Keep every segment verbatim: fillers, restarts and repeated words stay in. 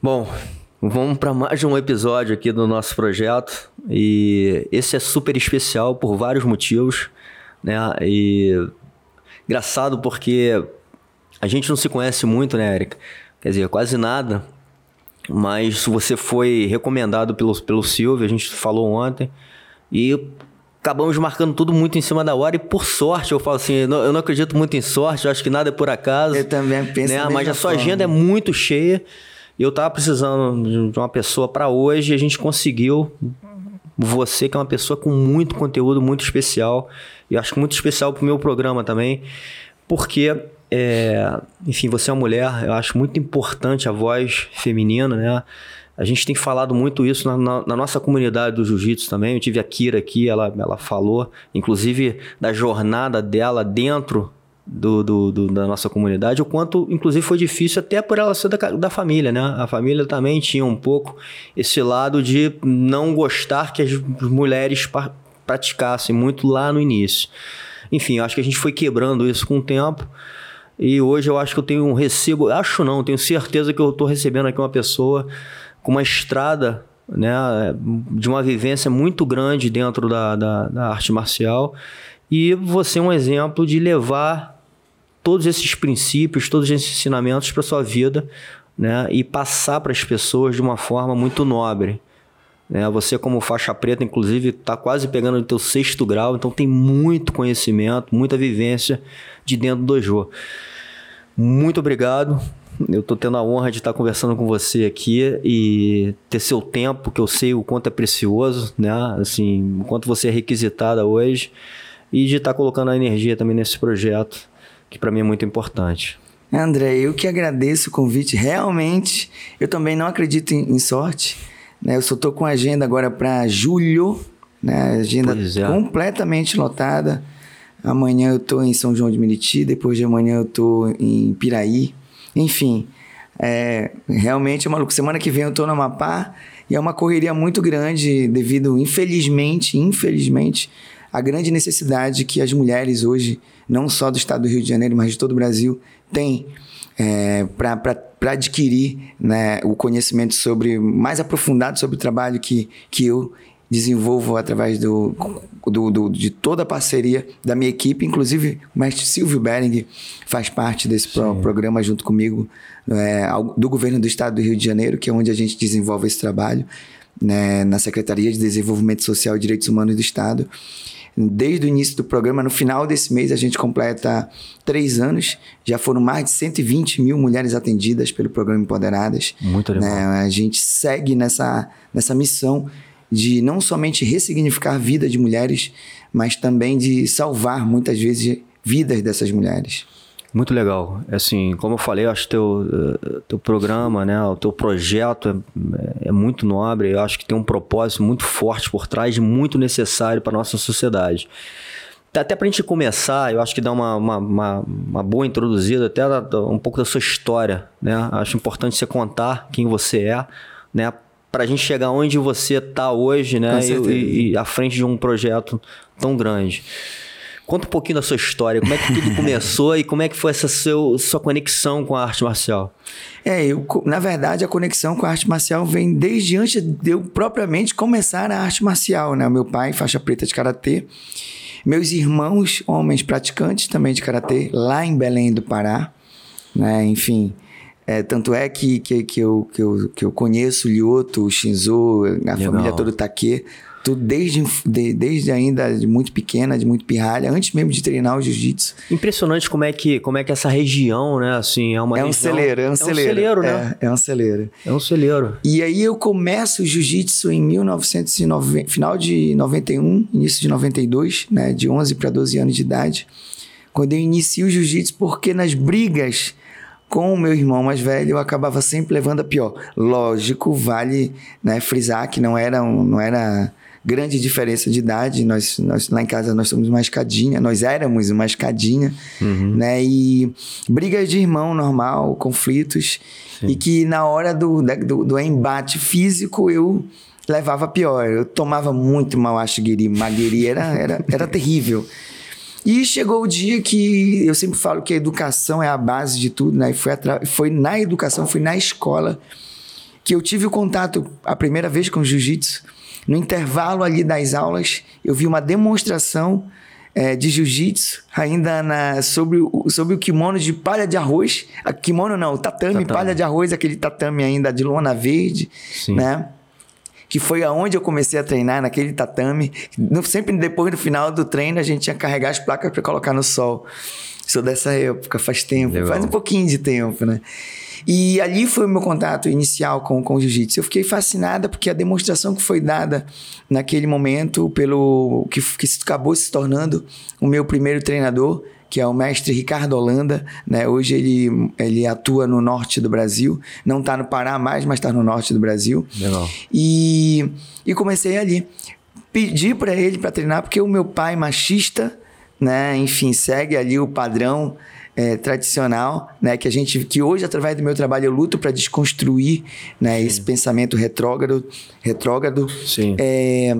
Bom, vamos para mais um episódio aqui do nosso projeto e esse é super especial por vários motivos, né? E engraçado porque a gente não se conhece muito, né, Érica? Quer dizer, quase nada, mas você foi recomendado pelo, pelo Silvio, a gente falou ontem, e acabamos marcando tudo muito em cima da hora e por sorte, eu falo assim, eu não, eu não acredito muito em sorte, eu acho que nada é por acaso. Eu também penso né? da Mas mesma a sua forma. agenda é muito cheia e eu tava precisando de uma pessoa para hoje e a gente conseguiu você, que é uma pessoa com muito conteúdo, muito especial, e eu acho que muito especial pro meu programa também, porque, é, enfim, você é uma mulher, eu acho muito importante a voz feminina, né? A gente tem falado muito isso na, na, na nossa comunidade do jiu-jitsu também. Eu tive a Kira aqui, ela, ela falou, inclusive, da jornada dela dentro do, do, do, da nossa comunidade, o quanto, inclusive, foi difícil até por ela ser da, da família, né? A família também tinha um pouco esse lado de não gostar que as mulheres pa- praticassem muito lá no início. Enfim, eu acho que a gente foi quebrando isso com o tempo. E hoje eu acho que eu tenho um recibo, acho não, tenho certeza que eu estou recebendo aqui uma pessoa com uma estrada, né, de uma vivência muito grande dentro da, da, da arte marcial, e você é um exemplo de levar todos esses princípios, todos esses ensinamentos para sua vida, né, e passar para as pessoas de uma forma muito nobre. Né? Você, como faixa preta, inclusive, está quase pegando o teu sexto grau, então tem muito conhecimento, muita vivência de dentro do dojo. Muito obrigado. Eu estou tendo a honra de estar conversando com você aqui e ter seu tempo, que eu sei o quanto é precioso, né? Assim, o quanto você é requisitada hoje, e de estar colocando a energia também nesse projeto, que para mim é muito importante. André, eu que agradeço o convite. Realmente, eu também não acredito em, em sorte, né? Eu só estou com a agenda agora para julho, né? Agenda Pois é. completamente lotada. Amanhã eu estou em São João de Meriti, depois de amanhã eu estou em Piraí. Enfim, é, realmente é maluco. Semana que vem eu tô no Amapá e é uma correria muito grande devido, infelizmente, infelizmente, à grande necessidade que as mulheres hoje, não só do estado do Rio de Janeiro, mas de todo o Brasil, têm é, para adquirir, né, o conhecimento sobre, mais aprofundado sobre o trabalho que, que eu desenvolvo através do, do, do, de toda a parceria da minha equipe. Inclusive, o mestre Silvio Bering faz parte desse pro, programa junto comigo, é, do governo do estado do Rio de Janeiro, que é onde a gente desenvolve esse trabalho, né, na Secretaria de Desenvolvimento Social e Direitos Humanos do Estado. Desde o início do programa, no final desse mês, a gente completa três anos. Já foram mais de cento e vinte mil mulheres atendidas pelo programa Empoderadas. Muito legal. Né? A gente segue nessa, nessa missão de não somente ressignificar a vida de mulheres, mas também de salvar, muitas vezes, vidas dessas mulheres. Muito legal. Assim, como eu falei, eu acho que teu, teu programa, né, o teu projeto é, é muito nobre. Eu acho que tem um propósito muito forte por trás e muito necessário para a nossa sociedade. Até para a gente começar, eu acho que dá uma, uma, uma, uma boa introduzida, até um pouco da sua história, né? Acho importante você contar quem você é, né? Para a gente chegar onde você está hoje, né? E, e, e à frente de um projeto tão grande. Conta um pouquinho da sua história, como é que tudo começou e como é que foi essa seu, sua conexão com a arte marcial? É, eu, na verdade, a conexão com a arte marcial vem desde antes de eu propriamente começar a arte marcial, né? O meu pai, faixa preta de karatê, meus irmãos, homens praticantes também de karatê, lá em Belém do Pará, né? Enfim, é, tanto é que, que, que, eu, que, eu, que eu conheço o Lyoto, o Shinzo, a Legal. Família toda Take, tudo desde, de, desde ainda de muito pequena, de muito pirralha, antes mesmo de treinar o jiu-jitsu. Impressionante como é que, como é que essa região, né, assim, é uma É um região... celeiro, é um é celeiro. Um celeiro, né? É, é um celeiro. É um celeiro. E aí eu começo o jiu-jitsu em mil novecentos e noventa, final de noventa e um, início de noventa e dois, né, de onze para doze anos de idade, quando eu inicio o jiu-jitsu, porque nas brigas com o meu irmão mais velho, eu acabava sempre levando a pior. Lógico, vale, né, frisar que não era, um, não era grande diferença de idade. Nós, nós, lá em casa nós somos uma escadinha, nós éramos uma escadinha, uhum. né? E brigas de irmão normal, conflitos. Sim. E que na hora do, do, do embate físico eu levava pior. Eu tomava muito mawashigiri, maguiri, era, era, era terrível. E chegou o dia que eu sempre falo que a educação é a base de tudo, né? E foi, atra... foi na educação, foi na escola que eu tive o contato a primeira vez com o jiu-jitsu. No intervalo ali das aulas, eu vi uma demonstração é, de jiu-jitsu, ainda na, sobre, o, sobre o kimono de palha de arroz. A kimono não, o tatame, tatame, palha de arroz, aquele tatame ainda de lona verde, Sim. né? Que foi aonde eu comecei a treinar, naquele tatame. No, sempre depois, no final do treino, a gente tinha que carregar as placas para colocar no sol. Sou dessa época, faz tempo, Legal. faz um pouquinho de tempo, né? E ali foi o meu contato inicial com, com o jiu-jitsu. Eu fiquei fascinada porque a demonstração que foi dada naquele momento pelo que, que acabou se tornando o meu primeiro treinador, que é o mestre Ricardo Holanda, né? Hoje ele, ele atua no norte do Brasil, não está no Pará mais, mas está no norte do Brasil. Legal. E, e comecei ali. Pedi para ele para treinar porque o meu pai machista, né? Enfim, segue ali o padrão É, tradicional, né, que a gente, que hoje através do meu trabalho eu luto para desconstruir, né, esse pensamento retrógrado, retrógrado. Sim. É,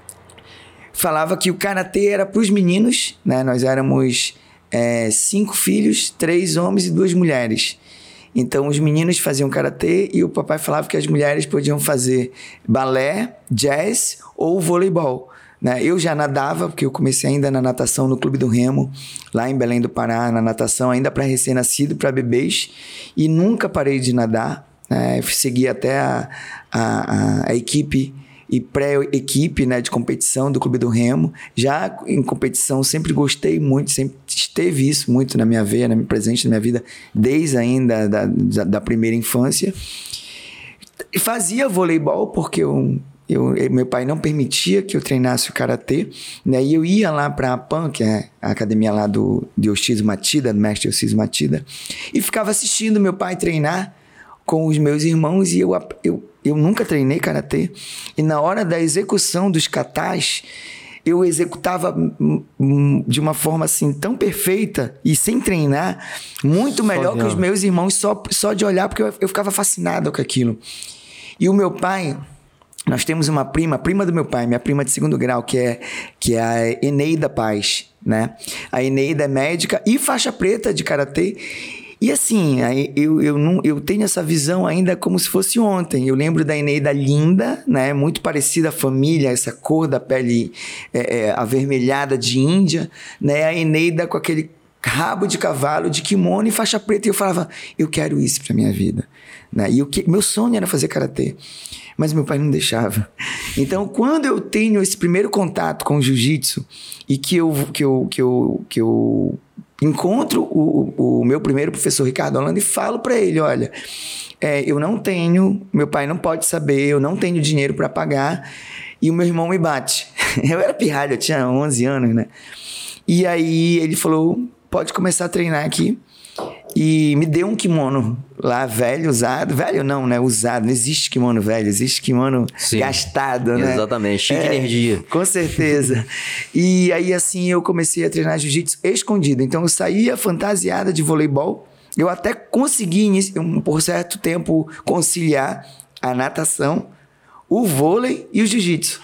falava que o karatê era para os meninos, né, nós éramos é, cinco filhos, três homens e duas mulheres. Então os meninos faziam karatê e o papai falava que as mulheres podiam fazer balé, jazz ou voleibol. Eu já nadava, porque eu comecei ainda na natação no Clube do Remo, lá em Belém do Pará, na natação, ainda para recém-nascido, para bebês, e nunca parei de nadar. Né? Segui até a, a, a equipe e pré-equipe, né, de competição do Clube do Remo. Já em competição sempre gostei muito, sempre esteve isso muito na minha veia, na minha, presente na minha vida, desde ainda da, da, da primeira infância. E fazia voleibol porque eu... Eu, meu pai não permitia que eu treinasse o karatê, né? E eu ia lá para a P A N, que é a academia lá do Dioshizo Matida, do mestre Dioshizo Matida, e ficava assistindo meu pai treinar com os meus irmãos, e eu, eu, eu nunca treinei karatê. E na hora da execução dos katas, eu executava de uma forma assim tão perfeita e sem treinar, muito melhor só que os meus irmãos, só, só de olhar, porque eu, eu ficava fascinado com aquilo. E o meu pai... Nós temos uma prima, prima do meu pai, minha prima de segundo grau, que é, que é a Eneida Paz, né? A Eneida é médica e faixa preta de karatê. E assim, eu, eu, não, eu tenho essa visão ainda como se fosse ontem. Eu lembro da Eneida linda, né? Muito parecida à família, essa cor da pele é, é, avermelhada de Índia, né? A Eneida com aquele rabo de cavalo, de kimono e faixa preta. E eu falava, eu quero isso pra minha vida, né? E o que, meu sonho era fazer karatê. Mas meu pai não deixava. Então, quando eu tenho esse primeiro contato com o jiu-jitsu e que eu, que eu, que eu, que eu encontro o, o meu primeiro professor Ricardo Holanda e falo para ele, olha, é, eu não tenho, meu pai não pode saber, eu não tenho dinheiro para pagar e o meu irmão me bate. Eu era pirralho, eu tinha onze anos, né? E aí ele falou, pode começar a treinar aqui. E me deu um kimono lá, velho, usado. Velho não, né? Usado. Não existe kimono velho, existe kimono Sim, gastado, né? Exatamente, cheio de é, energia. Com certeza. E aí, assim, eu comecei a treinar jiu-jitsu escondido. Então, eu saía fantasiada de voleibol. Eu até consegui, por certo tempo, conciliar a natação, o vôlei e o jiu-jitsu.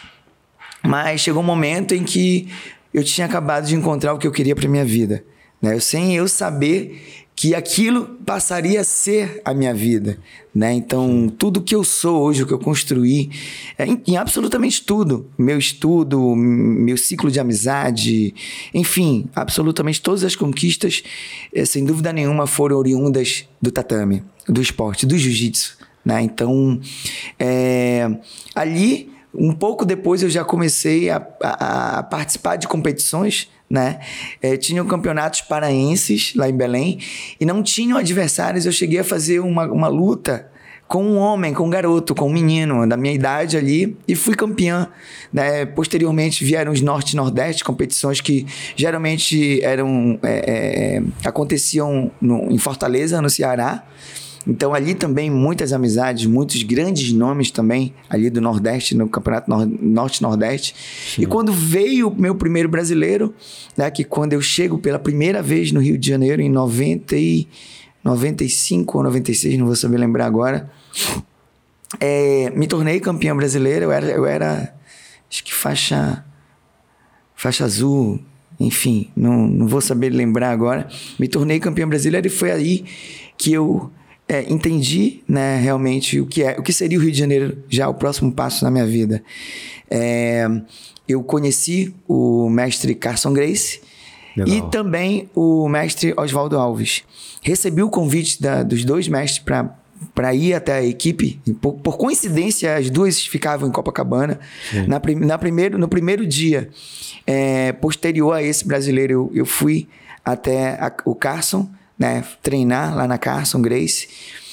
Mas chegou um momento em que eu tinha acabado de encontrar o que eu queria para minha vida, né? Eu, sem eu saber que aquilo passaria a ser a minha vida, né? Então, tudo que eu sou hoje, o que eu construí, é, em, em absolutamente tudo, meu estudo, meu ciclo de amizade, enfim, absolutamente todas as conquistas, é, sem dúvida nenhuma, foram oriundas do tatame, do esporte, do jiu-jitsu, né? Então, é, ali, um pouco depois, eu já comecei a, a, a participar de competições, né? É, tinham campeonatos paraenses lá em Belém e não tinham adversários. Eu cheguei a fazer uma, uma luta com um homem, com um garoto, com um menino da minha idade ali e fui campeã, né? Posteriormente vieram os Norte e Nordeste, competições que geralmente eram, é, é, aconteciam no, em Fortaleza, no Ceará. Então, ali também muitas amizades, muitos grandes nomes também, ali do Nordeste, no Campeonato Nor- Norte-Nordeste. Sim. E quando veio o meu primeiro brasileiro, né, que quando eu chego pela primeira vez no Rio de Janeiro, em noventa e, noventa e cinco ou noventa e seis, não vou saber lembrar agora, é, me tornei campeão brasileiro. Eu era, eu era acho que faixa, faixa azul, enfim, não, não vou saber lembrar agora. Me tornei campeão brasileiro e foi aí que eu... é, entendi, né, realmente o que, é, o que seria o Rio de Janeiro, já o próximo passo na minha vida. É, eu conheci o mestre Carson Gracie. Legal. E também o mestre Oswaldo Alves. Recebi o convite da, dos dois mestres para ir até a equipe. Por, por coincidência, as duas ficavam em Copacabana. Na, na primeiro, no primeiro dia, é, posterior a esse brasileiro, eu, eu fui até a, o Carson, né, treinar lá na Carson Gracie.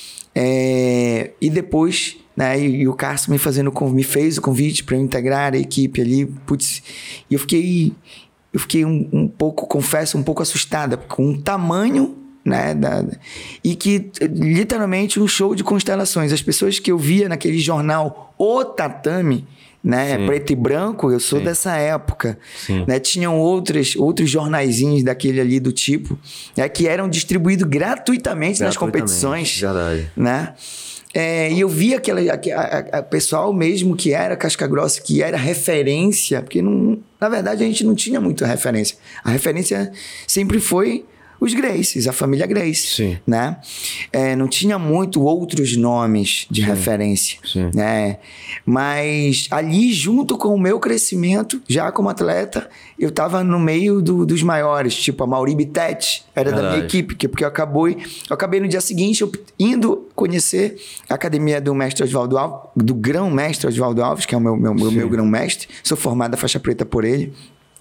É, e depois, né, e, e o Carson me, fazendo, me fez o convite para eu integrar a equipe ali. Putz, e eu fiquei... Eu fiquei um, um pouco, confesso, um pouco assustada com o tamanho, né? Da, e que, literalmente, um show de constelações. As pessoas que eu via naquele jornal O Tatame, né? Sim. Preto e branco, eu sou Sim. dessa época. Né? Tinham outras, outros jornaizinhos daquele ali do tipo, né? Que eram distribuídos gratuitamente, gratuitamente nas competições. Verdade. Né? É, e eu vi aquele a, a, a pessoal mesmo que era casca grossa, que era referência, porque não, na verdade a gente não tinha muita referência. A referência sempre foi os Gracies, a família Gracie. Sim. Né? É, não tinha muito outros nomes de Sim. referência. Sim. Né? Mas ali, junto com o meu crescimento, já como atleta, eu estava no meio do, dos maiores, tipo a Mauri Bittetti, era Verdade. Da minha equipe, que, porque eu acabei, eu acabei no dia seguinte eu, indo conhecer a academia do mestre Oswaldo Alves, do grão-mestre Oswaldo Alves, que é o meu, meu, meu, meu grão-mestre, sou formado a faixa preta por ele.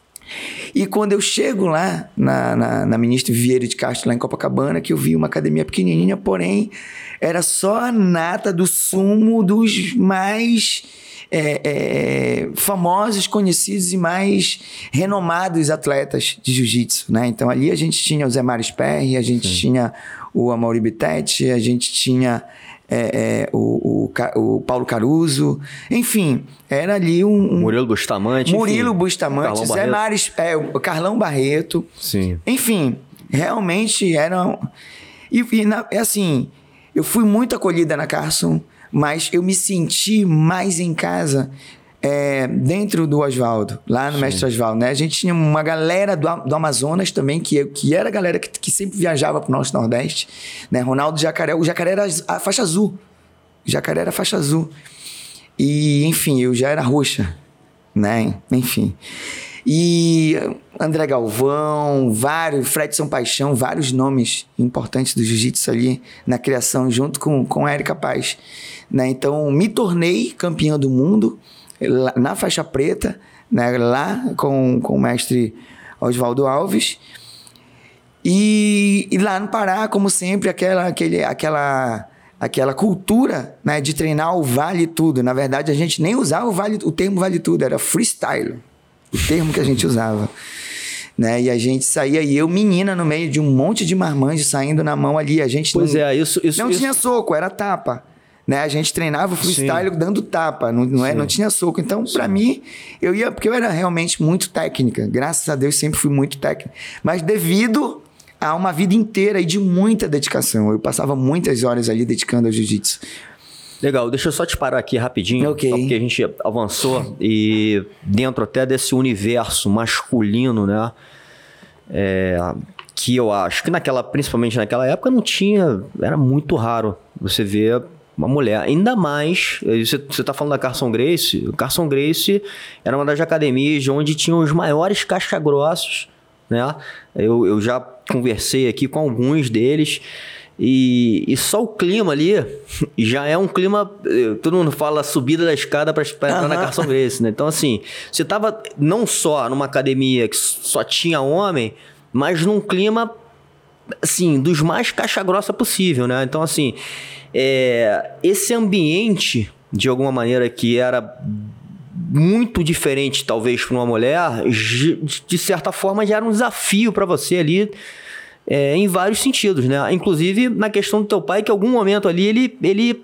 E quando eu chego lá na, na, na Ministro Vieira de Castro, lá em Copacabana, que eu vi uma academia pequenininha, porém era só a nata do sumo dos mais é, é, famosos, conhecidos e mais renomados atletas de jiu-jitsu, né? Então ali a gente tinha o Zé Mário Sperry, a gente Sim. tinha o Amaury Bittetti, a gente tinha... É, é, o, o, o Paulo Caruso, enfim, era ali um... um Murilo Bustamante. Murilo enfim, Bustamante, Zé Mares, é, o Carlão Barreto. Sim. Enfim, realmente eram... E, e na, é assim, eu fui muito acolhida na Carson, mas eu me senti mais em casa... É, dentro do Oswaldo, lá no Sim. Mestre Oswaldo, né? A gente tinha uma galera do, do Amazonas também, que, que era a galera que, que sempre viajava pro nosso Nordeste, né? Ronaldo Jacaré, o Jacaré era a faixa azul. O Jacaré era a faixa azul. E, enfim, eu já era roxa, né? Enfim. E André Galvão, vários, Fredson Paixão, vários nomes importantes do jiu-jitsu ali na criação, junto com, com a Érica Paz, né? Então, me tornei campeão do mundo na faixa preta, né, lá com, com o mestre Oswaldo Alves. E, e lá no Pará, como sempre, aquela, aquele, aquela, aquela cultura, né, de treinar o vale tudo. Na verdade, a gente nem usava o, vale, o termo vale tudo, era freestyle, o termo que a gente usava. Né? E a gente saía, e eu, menina, no meio de um monte de marmanjos saindo na mão ali. A gente pois não, é, isso, isso não isso... tinha soco, era tapa. Né? A gente treinava o freestyle Sim. dando tapa, não, não, é, não tinha soco. Então, para mim, eu ia... Porque eu era realmente muito técnica. Graças a Deus, sempre fui muito técnica. Mas devido a uma vida inteira e de muita dedicação. Eu passava muitas horas ali dedicando ao jiu-jitsu. Legal, deixa eu só te parar aqui rapidinho, okay. só porque a gente avançou e dentro até desse universo masculino, né? É, que eu acho que naquela, principalmente naquela época, não tinha... Era muito raro você ver... uma mulher, ainda mais, você está falando da Carson Gracie, o Carson Gracie era uma das academias onde tinham os maiores casca-grossos, né? Eu, eu já conversei aqui com alguns deles, e, e só o clima ali já é um clima, todo mundo fala subida da escada para entrar uhum. na Carson Gracie, né? Então assim, você estava não só numa academia que só tinha homem, mas num clima, assim, dos mais caixa-grossa possível, né? Então assim, É, esse ambiente, de alguma maneira, que era muito diferente, talvez, para uma mulher, de certa forma, já era um desafio para você ali, é, em vários sentidos, né? Inclusive, na questão do teu pai, que em algum momento ali, ele, ele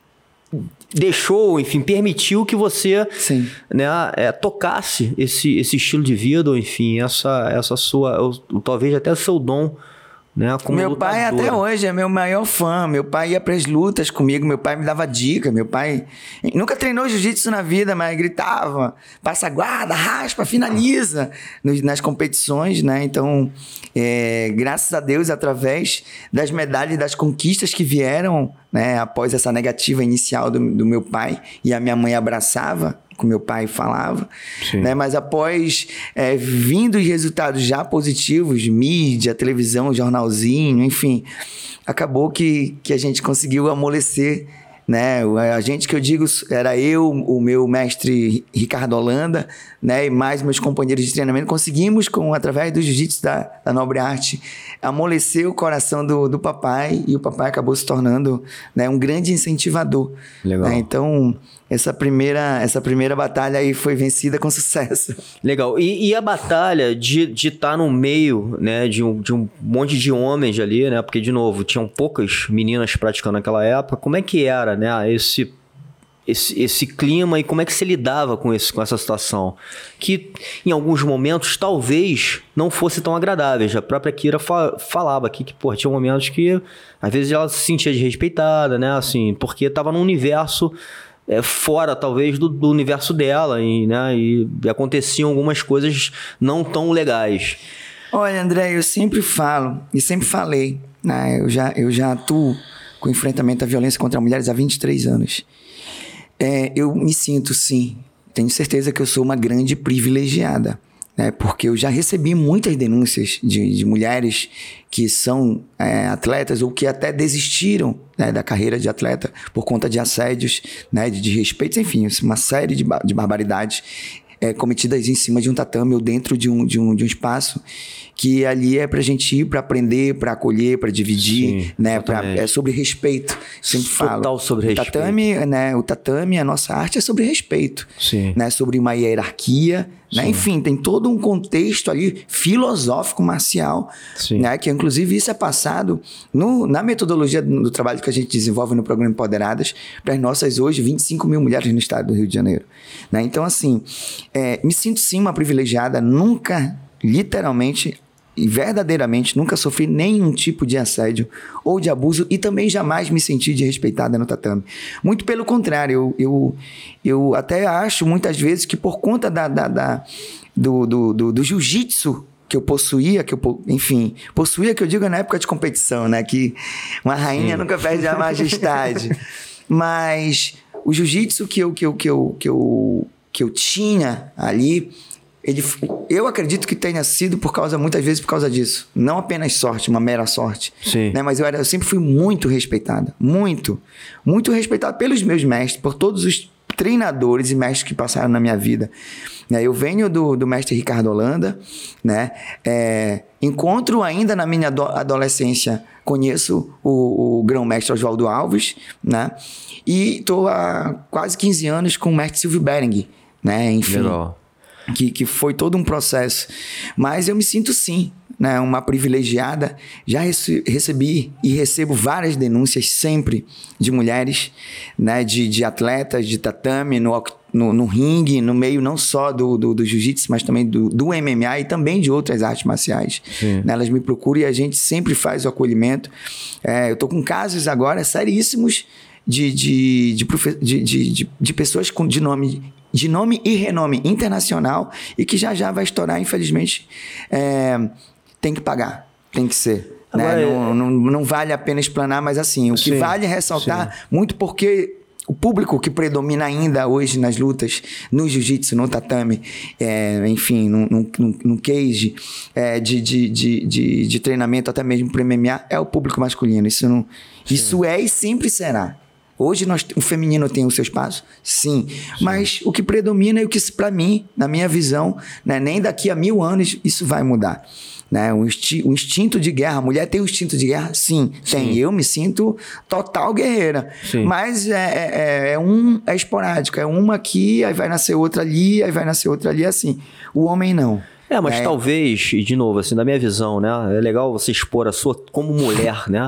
deixou, enfim, permitiu que você Sim. né, é, tocasse esse, esse estilo de vida, ou enfim, essa, essa sua, ou, talvez até o seu dom Né, como meu lutador. pai até hoje é meu maior fã. Meu pai ia para as lutas comigo, meu pai me dava dica. Meu pai nunca treinou jiu-jitsu na vida, mas gritava, passa a guarda, raspa, finaliza nas competições, né? Então, é, graças a Deus, através das medalhas e das conquistas que vieram, né, após essa negativa inicial do, do meu pai, e a minha mãe abraçava, com meu pai falava, né? Mas após é, vindo os resultados já positivos, mídia, televisão, jornalzinho, enfim, acabou que, que a gente conseguiu amolecer, né? A gente que eu digo era eu, o meu mestre Ricardo Holanda, né? E mais meus companheiros de treinamento, conseguimos, com, através do jiu-jitsu da, da Nobre Arte, amolecer o coração do, do papai, e o papai acabou se tornando, né, um grande incentivador. Legal. Né? Então, essa primeira, essa primeira batalha aí foi vencida com sucesso. Legal. E, e a batalha de de estar no meio, né, de um, de um monte de homens ali, né? Porque, de novo, tinham poucas meninas praticando naquela época. Como é que era, né, esse... Esse, esse clima, e como é que você lidava com, esse, com essa situação? Que em alguns momentos talvez não fosse tão agradáveis. A própria Kira fa- falava aqui que, pô, tinha momentos que às vezes ela se sentia desrespeitada, né? Assim, porque estava num universo é, fora, talvez, do, do universo dela, e, né? E, e aconteciam algumas coisas não tão legais. Olha, André, eu sempre falo e sempre falei, né? Eu já, eu já atuo com enfrentamento à violência contra mulheres há vinte e três anos. É, eu me sinto, sim, tenho certeza que eu sou uma grande privilegiada, né? Porque eu já recebi muitas denúncias de, de mulheres que são é, atletas ou que até desistiram, né, da carreira de atleta por conta de assédios, né, de desrespeitos, enfim, uma série de, ba- de barbaridades é, cometidas em cima de um tatame ou dentro de um, de um, de um espaço que ali é pra gente ir, pra aprender, pra acolher, pra dividir, sim, né? Pra, é sobre respeito. Sempre falo. Total sobre respeito. O tatame, né? O tatame, a nossa arte é sobre respeito. Sim. Né? Sobre uma hierarquia, né? Enfim, tem todo um contexto ali filosófico, marcial, sim, né? Que inclusive isso é passado no, na metodologia do, do trabalho que a gente desenvolve no programa Empoderadas para as nossas hoje vinte e cinco mil mulheres no estado do Rio de Janeiro, né? Então, assim, é, me sinto sim uma privilegiada, nunca, literalmente e verdadeiramente, nunca sofri nenhum tipo de assédio ou de abuso, e também jamais me senti desrespeitada no tatame. Muito pelo contrário, eu, eu, eu até acho muitas vezes que por conta da, da, da, do, do, do, do jiu-jitsu que eu possuía, que eu, enfim, possuía que eu digo na época de competição, né? Que uma rainha, sim, nunca perde a majestade. Mas o jiu-jitsu que eu, que eu, que eu, que eu, que eu tinha ali, Ele, eu acredito que tenha sido por causa, muitas vezes por causa disso. Não apenas sorte, uma mera sorte. Sim. Né? Mas eu, era, eu sempre fui muito respeitada. Muito. Muito respeitada pelos meus mestres, por todos os treinadores e mestres que passaram na minha vida. Eu venho do, do mestre Ricardo Holanda, né? É, encontro ainda na minha ado- adolescência, conheço o, o grão-mestre Oswaldo Alves, né? E estou há quase quinze anos com o mestre Silvio Bering, né? Enfim. Legal. Que, que foi todo um processo. Mas eu me sinto, sim, né, uma privilegiada. Já rece- recebi e recebo várias denúncias sempre de mulheres, né, de, de atletas de tatame, no, no, no ringue, no meio não só do, do, do jiu-jitsu, mas também do, do M M A e também de outras artes marciais. Né, elas me procuram e a gente sempre faz o acolhimento. É, eu estou com casos agora seríssimos de, de, de, profe- de, de, de, de pessoas com, de nome... de nome e renome internacional, e que já já vai estourar, infelizmente. É, tem que pagar, tem que ser. Agora, né? não, não, não vale a pena explanar, mas assim, o que sim, vale é ressaltar, sim, muito porque o público que predomina ainda hoje nas lutas, no jiu-jitsu, no tatame, é, enfim, no, no, no, no cage, é, de, de, de, de, de treinamento, até mesmo para o M M A, é o público masculino. Isso, não, isso é e sempre será. Hoje nós, o feminino tem o seu espaço? Sim. Sim. Mas o que predomina é o que, para mim, na minha visão, né, nem daqui a mil anos isso vai mudar. Né? O, insti- o instinto de guerra, a mulher tem o instinto de guerra? Sim, Sim. tem. Eu me sinto total guerreira. Sim. Mas é, é, é, um, é esporádico. É uma aqui, aí vai nascer outra ali, aí vai nascer outra ali, assim. O homem não. É, mas é. talvez, e de novo, assim, na minha visão, né? É legal você expor a sua como mulher, né?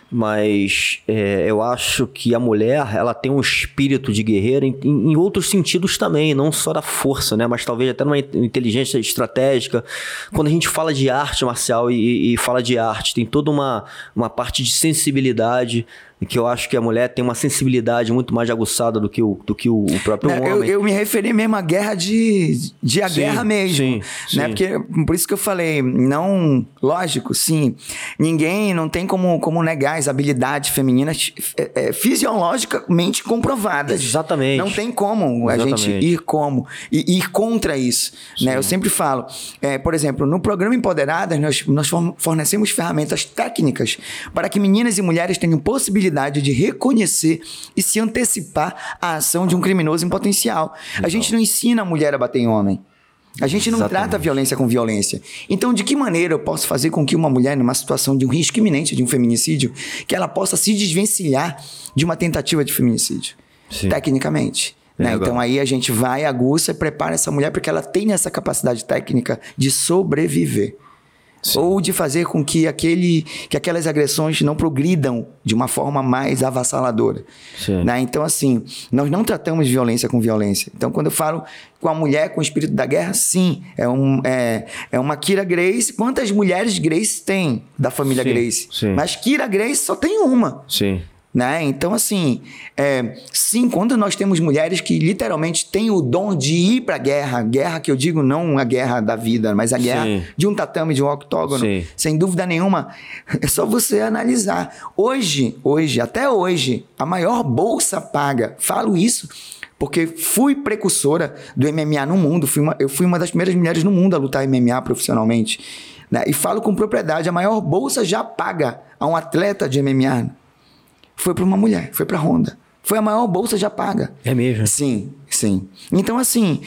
mas é, eu acho que a mulher, ela tem um espírito de guerreira em, em outros sentidos também, não só da força, né? Mas talvez até numa inteligência estratégica. Quando a gente fala de arte marcial e, e fala de arte, tem toda uma, uma parte de sensibilidade, que eu acho que a mulher tem uma sensibilidade muito mais aguçada do que o, do que o próprio é, homem. Eu, eu me referi mesmo à guerra de, de a sim, guerra mesmo. Sim, né? sim. Porque, por isso que eu falei, não, lógico, sim, ninguém, não tem como, como negar as habilidades femininas é, é, fisiologicamente comprovadas. Exatamente. Não tem como Exatamente. a gente ir como, e ir contra isso. Né? Eu sempre falo, é, por exemplo, no programa Empoderadas, nós, nós fornecemos ferramentas técnicas para que meninas e mulheres tenham possibilidade de reconhecer e se antecipar à ação de um criminoso em potencial. Então. A gente não ensina a mulher a bater em homem. A gente não Exatamente. Trata a violência com violência. Então, de que maneira eu posso fazer com que uma mulher, numa situação de um risco iminente de um feminicídio, que ela possa se desvencilhar de uma tentativa de feminicídio? Sim. Tecnicamente. Né? Então, aí a gente vai, aguça e prepara essa mulher para que ela tenha essa capacidade técnica de sobreviver. Sim. Ou de fazer com que, aquele, que aquelas agressões não progridam de uma forma mais avassaladora. Né? Então, assim, nós não tratamos violência com violência. Então, quando eu falo com a mulher com o espírito da guerra, sim, é, um, é, é uma Kira Grace. Quantas mulheres Grace tem da família sim, Grace? Sim. Mas Kira Grace só tem uma. Sim. Né? Então, assim, é, sim, quando nós temos mulheres que literalmente têm o dom de ir para a guerra, guerra que eu digo não a guerra da vida, mas a guerra sim. de um tatame, de um octógono, sim. sem dúvida nenhuma, é só você analisar. Hoje, hoje, até hoje, a maior bolsa paga, falo isso porque fui precursora do M M A no mundo, fui uma, eu fui uma das primeiras mulheres no mundo a lutar M M A profissionalmente, né? E falo com propriedade, a maior bolsa já paga a um atleta de M M A foi para uma mulher, foi para a Honda. Foi a maior bolsa já paga. É mesmo? Sim, sim. Então, assim,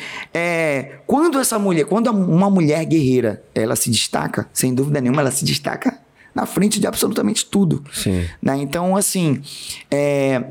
é, quando essa mulher, quando uma mulher guerreira, ela se destaca, sem dúvida nenhuma, ela se destaca na frente de absolutamente tudo. Sim. Né? Então, assim, é,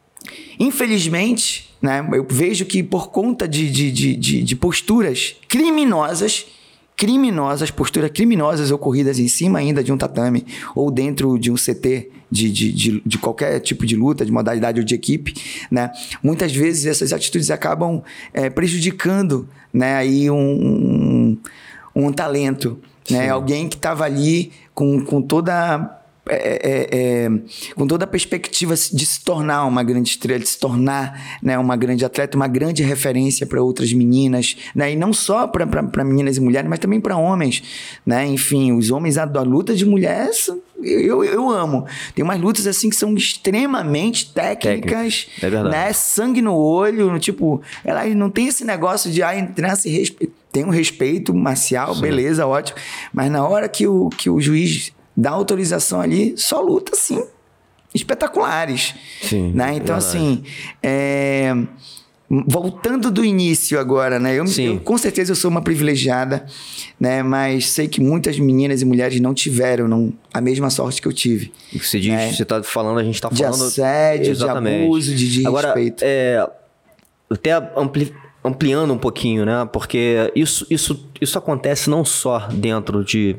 infelizmente, né, eu vejo que por conta de, de, de, de, de posturas criminosas, criminosas, posturas criminosas ocorridas em cima ainda de um tatame ou dentro de um C T de, de, de, de qualquer tipo de luta, de modalidade ou de equipe, né? Muitas vezes essas atitudes acabam é, prejudicando, né, aí um, um, um talento, né? Alguém que estava ali com, com toda... É, é, é, com toda a perspectiva de se tornar uma grande estrela, de se tornar, né, uma grande atleta, uma grande referência para outras meninas, né, e não só para meninas e mulheres, mas também para homens, né? Enfim, os homens, a, a luta de mulheres eu, eu amo, tem umas lutas assim que são extremamente técnicas, é verdade. Né, sangue no olho, tipo, ela não tem esse negócio de ah, entrar se respeito, tem um respeito marcial, sim. Beleza, ótimo, mas na hora que o, que o juiz dá autorização ali, só luta, assim, espetaculares. Sim, né? Então, verdade. assim, é... voltando do início agora, né? Eu, eu, com certeza eu sou uma privilegiada, né? Mas sei que muitas meninas e mulheres não tiveram não, a mesma sorte que eu tive. O que você diz, né? Você está falando, a gente está falando... De assédio, exatamente. De abuso, de, de agora, respeito. É, até ampli, ampliando um pouquinho, né? Porque isso, isso, isso acontece não só dentro de...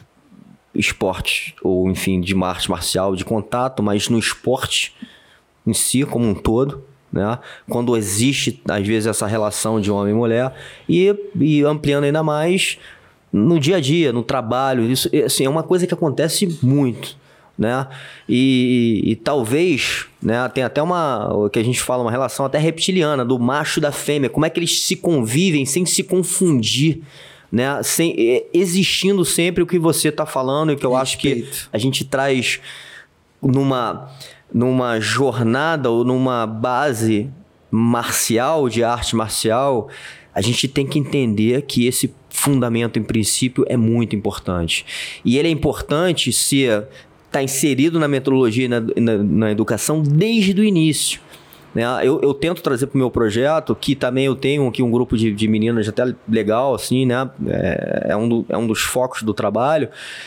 esporte, ou enfim, de arte marcial, de contato, mas no esporte em si, como um todo, né? Quando existe, às vezes, essa relação de homem e mulher, e, e ampliando ainda mais no dia a dia, no trabalho, isso assim, é uma coisa que acontece muito, né? E, e, e talvez, né, tem até uma, o que a gente fala, uma relação até reptiliana, do macho e da fêmea, como é que eles se convivem sem se confundir, né? Sem, existindo sempre o que você está falando e que eu Respeito. Acho que a gente traz numa, numa jornada ou numa base marcial, de arte marcial, a gente tem que entender que esse fundamento, em princípio, é muito importante. E ele é importante se está inserido na metodologia e na, na, na educação desde o início. Né? Eu, eu tento trazer para o meu projeto, que também eu tenho aqui um grupo de, de meninas até legal, assim, né? É, é, um do, é um dos focos do trabalho.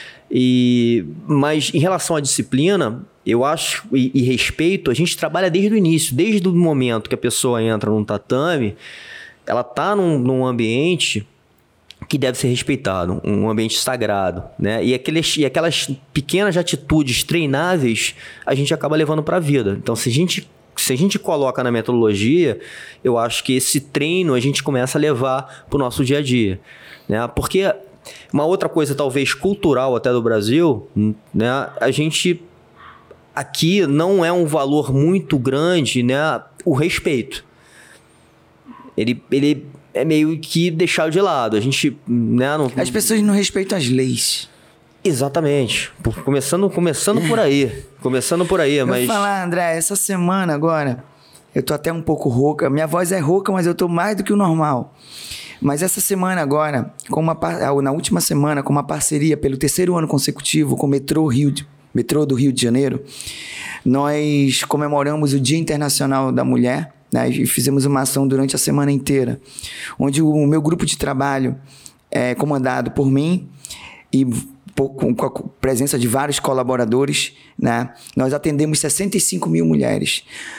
E, mas em relação à disciplina, eu acho, e, e respeito, a gente trabalha desde o início, desde o momento que a pessoa entra num tatame, ela está num, num ambiente que deve ser respeitado, um ambiente sagrado, né? E, aqueles, e aquelas pequenas atitudes treináveis, a gente acaba levando para a vida. Então, se a gente Se a gente coloca na metodologia, eu acho que esse treino a gente começa a levar para o nosso dia a dia, né? Porque uma outra coisa talvez cultural até do Brasil, né? A gente aqui não é um valor muito grande, né? O respeito. Ele, ele é meio que deixado de lado. A gente, né? Não... As pessoas não respeitam as leis. Exatamente. Começando, começando por aí. Começando por aí, eu mas... Eu vou falar, André, essa semana agora, eu tô até um pouco rouca. Minha voz é rouca, mas eu tô mais do que o normal. Mas essa semana agora, com uma, na última semana, com uma parceria pelo terceiro ano consecutivo com o Metrô, Rio de, Metrô do Rio de Janeiro, nós comemoramos o Dia Internacional da Mulher, né? E fizemos uma ação durante a semana inteira, onde o meu grupo de trabalho é comandado por mim e... com a presença de vários colaboradores, né? Nós atendemos sessenta e cinco mil mulheres.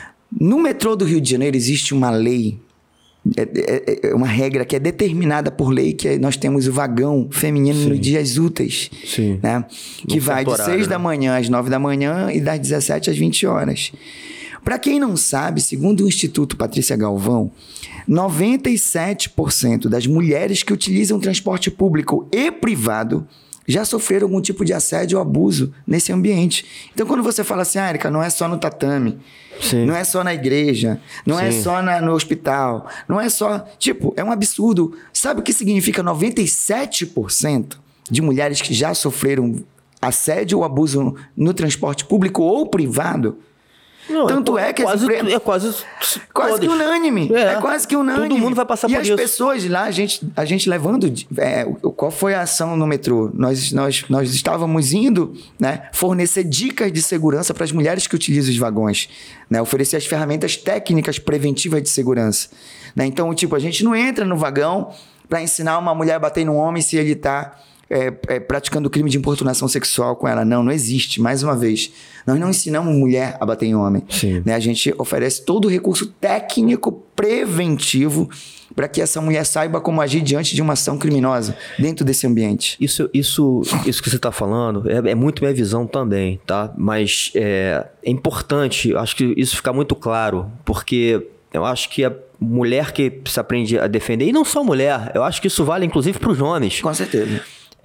No metrô do Rio de Janeiro existe uma lei, é, é, é uma regra que é determinada por lei, que é, nós temos o vagão feminino Sim. nos dias úteis, Sim. né? Que no vai de seis né? da manhã às nove da manhã e das dezessete às vinte horas. Para quem não sabe, segundo o Instituto Patrícia Galvão, noventa e sete por cento das mulheres que utilizam transporte público e privado já sofreram algum tipo de assédio ou abuso nesse ambiente. Então, quando você fala assim, ah, Érica, não é só no tatame, Sim. não é só na igreja, não Sim. é só na, no hospital, não é só... Tipo, é um absurdo. Sabe o que significa noventa e sete por cento de mulheres que já sofreram assédio ou abuso no transporte público ou privado? Não, Tanto é, é que... Quase, empre... É quase... Quase que unânime. É. é quase que unânime. Todo mundo vai passar e por isso. E as pessoas lá, a gente, a gente levando... É, qual foi a ação no metrô? Nós, nós, nós estávamos indo, né, fornecer dicas de segurança para as mulheres que utilizam os vagões. Né, oferecer as ferramentas técnicas preventivas de segurança. Né, então, tipo, a gente não entra no vagão para ensinar uma mulher a bater num homem se ele está... É, é, praticando crime de importunação sexual com ela. Não, não existe. Mais uma vez, nós não ensinamos mulher a bater em homem. Né? A gente oferece todo o recurso técnico preventivo para que essa mulher saiba como agir diante de uma ação criminosa dentro desse ambiente. Isso, isso, isso que você está falando é, é muito minha visão também, tá? Mas é, é importante, acho que isso fica muito claro, porque eu acho que a mulher que se aprende a defender, e não só mulher, eu acho que isso vale inclusive para os homens. Com certeza.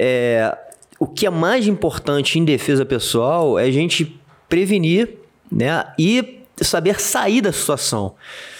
É, o que é mais importante em defesa pessoal é a gente prevenir, né, e saber sair da situação.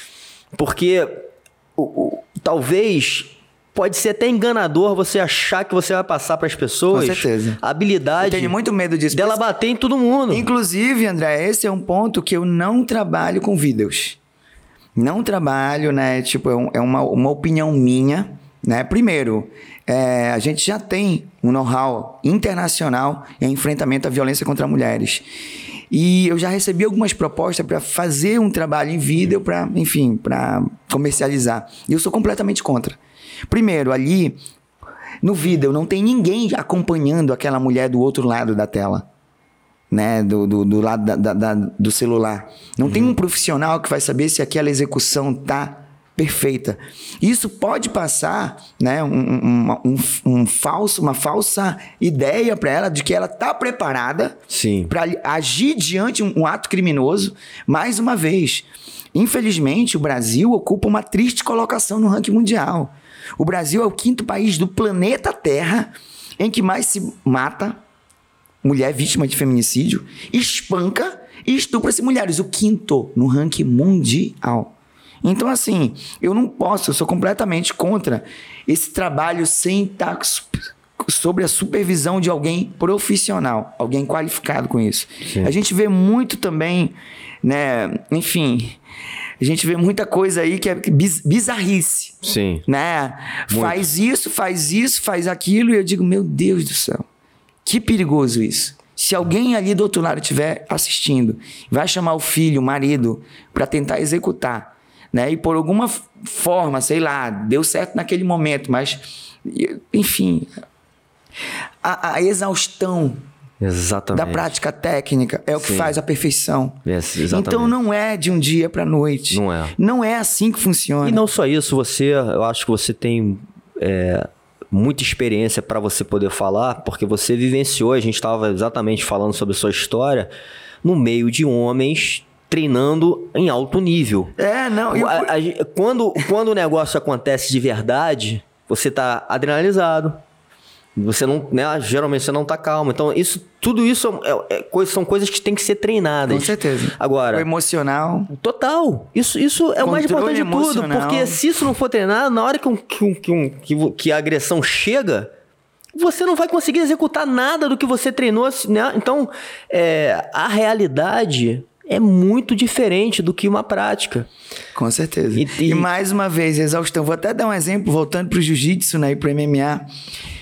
Porque o, o, talvez pode ser até enganador você achar que você vai passar para as pessoas Com certeza. a habilidade eu tenho muito medo disso, dela bater em todo mundo. Inclusive, André, esse é um ponto que eu não trabalho com vídeos. Não trabalho, né? Tipo, é uma, uma opinião minha. Né? Primeiro, é, a gente já tem um know-how internacional em enfrentamento à violência contra mulheres. E eu já recebi algumas propostas para fazer um trabalho em vídeo, para, enfim, para comercializar. E eu sou completamente contra. Primeiro, ali, no vídeo, não tem ninguém acompanhando aquela mulher do outro lado da tela. Né, do, do, do lado da, da, da, do celular. Não uhum. tem um profissional que vai saber se aquela execução está perfeita. Isso pode passar, né, um, um, um, um falso, uma falsa ideia para ela de que ela está preparada para agir diante de um, um ato criminoso. Mais uma vez, infelizmente, o Brasil ocupa uma triste colocação no ranking mundial. O Brasil é o quinto país do planeta Terra em que mais se mata mulher vítima de feminicídio, espanca e estupra-se mulheres. O quinto no ranking mundial. Então, assim, eu não posso, eu sou completamente contra esse trabalho sem estar sobre a supervisão de alguém profissional, alguém qualificado com isso. Sim. A gente vê muito também, né, enfim, a gente vê muita coisa aí que é biz, bizarrice. Sim. Né? Faz isso, faz isso, faz aquilo, e eu digo, meu Deus do céu, que perigoso isso. Se alguém ali do outro lado estiver assistindo, vai chamar o filho, o marido, para tentar executar, né? E por alguma forma, sei lá, deu certo naquele momento, mas, enfim, a, a exaustão exatamente. da prática técnica é o que Sim. faz a perfeição. Yes, então não é de um dia para a noite. Não é. Não é assim que funciona. E não só isso, você, eu acho que você tem... É, muita experiência para você poder falar, porque você vivenciou, a gente estava exatamente falando sobre a sua história, no meio de homens treinando em alto nível. É, não... Eu... A, a, quando, quando o negócio acontece de verdade, você tá adrenalizado, você não, né, geralmente você não tá calmo. Então, isso, tudo isso é, é, é, são coisas que tem que ser treinadas. Com certeza. Agora, o emocional. Total. Isso, isso é o mais importante de tudo. Porque se isso não for treinado, na hora que, um, que, um, que, um, que, que a agressão chega, você não vai conseguir executar nada do que você treinou. Né? Então, é, a realidade é muito diferente do que uma prática. Com certeza. E, e... e mais uma vez, exaustão. Vou até dar um exemplo, voltando pro jiu-jitsu, né, e pro M M A.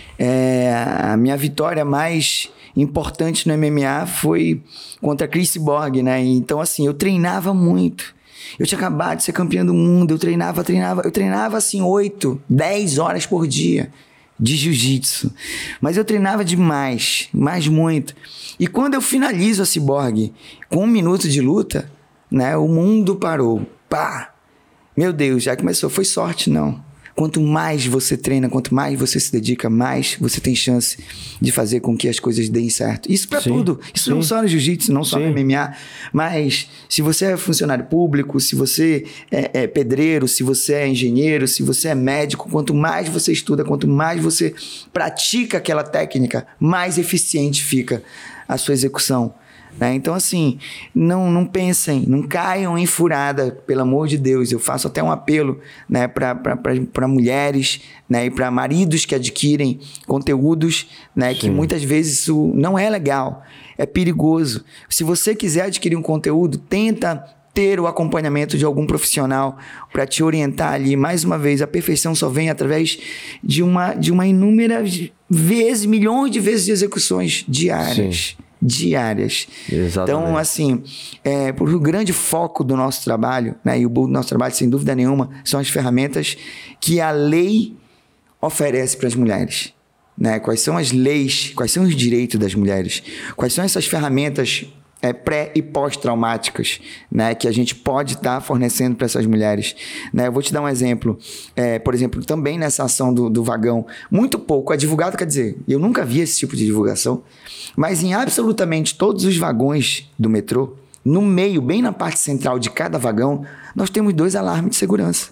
É, a minha vitória mais importante no M M A foi contra Chris Cyborg, né? Então, assim, eu treinava muito. Eu tinha acabado de ser campeão do mundo, eu treinava, treinava, eu treinava, assim, oito, dez horas por dia de jiu-jitsu. Mas eu treinava demais, mais muito. E quando eu finalizo a Cyborg com um minuto de luta, né? O mundo parou. Pá! Meu Deus, já começou. Foi sorte, não. Quanto mais você treina, quanto mais você se dedica, mais você tem chance de fazer com que as coisas deem certo. Isso para tudo. Isso sim. Não só no jiu-jitsu, não só sim. no M M A. Mas se você é funcionário público, se você é, é pedreiro, se você é engenheiro, se você é médico, quanto mais você estuda, quanto mais você pratica aquela técnica, mais eficiente fica a sua execução. Né? Então, assim, não, não pensem, não caiam em furada, pelo amor de Deus. Eu faço até um apelo, né, para mulheres, né, e para maridos que adquirem conteúdos, né, que muitas vezes isso não é legal, é perigoso. Se você quiser adquirir um conteúdo, tenta ter o acompanhamento de algum profissional para te orientar ali. Mais uma vez, a perfeição só vem através de uma, de uma inúmeras vezes, milhões de vezes de execuções diárias. Sim. diárias. Exatamente. Então, assim, é, por o grande foco do nosso trabalho, né, e o nosso trabalho, sem dúvida nenhuma, são as ferramentas que a lei oferece para as mulheres. Né? Quais são as leis, quais são os direitos das mulheres, quais são essas ferramentas é, pré- e pós-traumáticas, né, que a gente pode estar tá fornecendo para essas mulheres. Né? Eu vou te dar um exemplo. É, por exemplo, também nessa ação do, do vagão, muito pouco é divulgado, quer dizer, eu nunca vi esse tipo de divulgação, mas em absolutamente todos os vagões do metrô, no meio, bem na parte central de cada vagão, nós temos dois alarmes de segurança.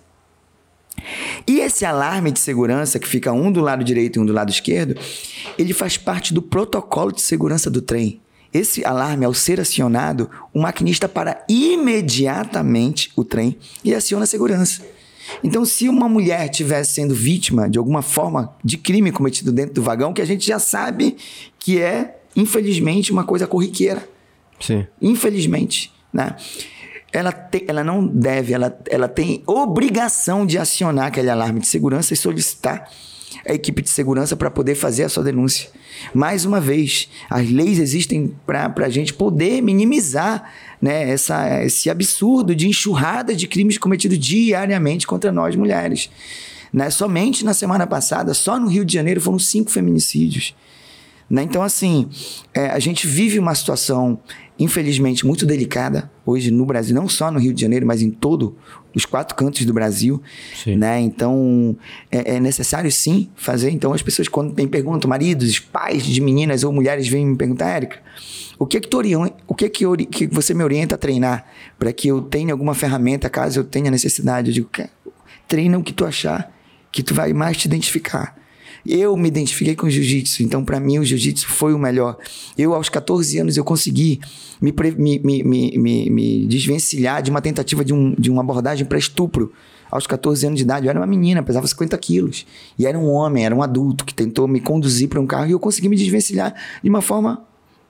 E esse alarme de segurança, que fica um do lado direito e um do lado esquerdo, ele faz parte do protocolo de segurança do trem. Esse alarme, ao ser acionado, o maquinista para imediatamente o trem e aciona a segurança. Então, se uma mulher estivesse sendo vítima de alguma forma de crime cometido dentro do vagão, que a gente já sabe que é, infelizmente, uma coisa corriqueira. Sim. Infelizmente, né? Ela, te, ela não deve, ela, ela tem obrigação de acionar aquele alarme de segurança e solicitar a equipe de segurança para poder fazer a sua denúncia. Mais uma vez, as leis existem para a gente poder minimizar, né, essa, esse absurdo de enxurrada de crimes cometidos diariamente contra nós mulheres. Né? Somente na semana passada, só no Rio de Janeiro, foram cinco feminicídios. Né? Então, assim, é, a gente vive uma situação, infelizmente, muito delicada hoje no Brasil, não só no Rio de Janeiro, mas em todos os quatro cantos do Brasil. Né? Então, é, é necessário, sim, fazer. Então, as pessoas, quando me perguntam, maridos, pais de meninas ou mulheres, vêm me perguntar, Érica, o que é que, tu orienta, o que, é que, ori- que você me orienta a treinar para que eu tenha alguma ferramenta, caso eu tenha necessidade? Eu digo, treina o que tu achar, que tu vai mais te identificar. Eu me identifiquei com o jiu-jitsu, então para mim o jiu-jitsu foi o melhor. Eu, aos catorze anos, eu consegui me, me, me, me, me desvencilhar de uma tentativa de, um, de uma abordagem para estupro. Aos catorze anos de idade, eu era uma menina, pesava cinquenta quilos. E era um homem, era um adulto que tentou me conduzir para um carro e eu consegui me desvencilhar de uma forma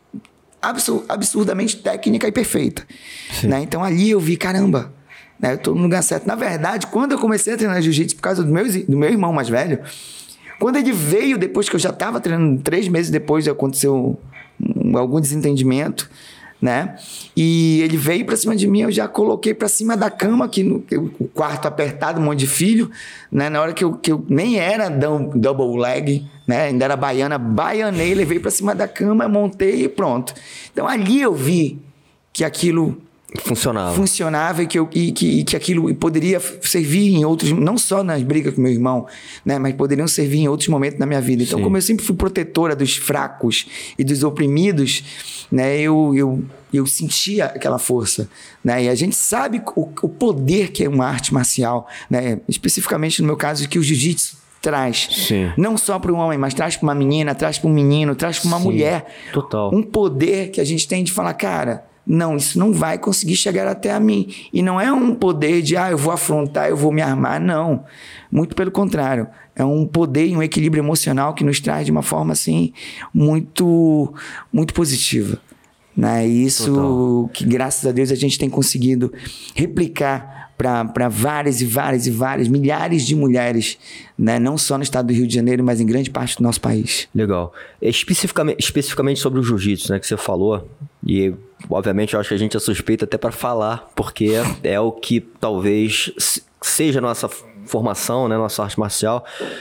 absur- absurdamente técnica e perfeita. Né? Então ali eu vi, caramba, né, eu estou no lugar certo. Na verdade, quando eu comecei a treinar jiu-jitsu por causa do meu, do meu irmão mais velho, quando ele veio, depois que eu já estava treinando, três meses depois aconteceu um, algum desentendimento, né? E ele veio para cima de mim, eu já coloquei para cima da cama, aqui no o quarto apertado, um monte de filho, né? Na hora que eu, que eu nem era double leg, né? Ainda era baiana, baianei, levei para cima da cama, montei e pronto. Então ali eu vi que aquilo funcionava, funcionava e, que, eu, e, que, e que aquilo poderia servir em outros, não só nas brigas com meu irmão, né, mas poderiam servir em outros momentos da minha vida. Então, Sim. como eu sempre fui protetora dos fracos e dos oprimidos, né, eu, eu, eu sentia aquela força, né, e a gente sabe o, o poder que é uma arte marcial, né, especificamente no meu caso, que o jiu-jitsu traz. Sim. Não só para um homem, mas traz para uma menina, traz para um menino, traz para uma Sim. mulher. Total. Um poder que a gente tem de falar, cara, não, isso não vai conseguir chegar até a mim. E não é um poder de, ah, eu vou afrontar, eu vou me armar. Não. Muito pelo contrário. É um poder e um equilíbrio emocional que nos traz de uma forma, assim, muito, muito positiva. Né? E isso Total. Que, graças a Deus, a gente tem conseguido replicar para várias e várias e várias, milhares de mulheres, né? Não só no estado do Rio de Janeiro, mas em grande parte do nosso país. Legal. Especificamente, especificamente sobre o jiu-jitsu, né, que você falou, e obviamente eu acho que a gente é suspeito até para falar, porque é o que talvez seja a nossa formação, né, nossa arte marcial,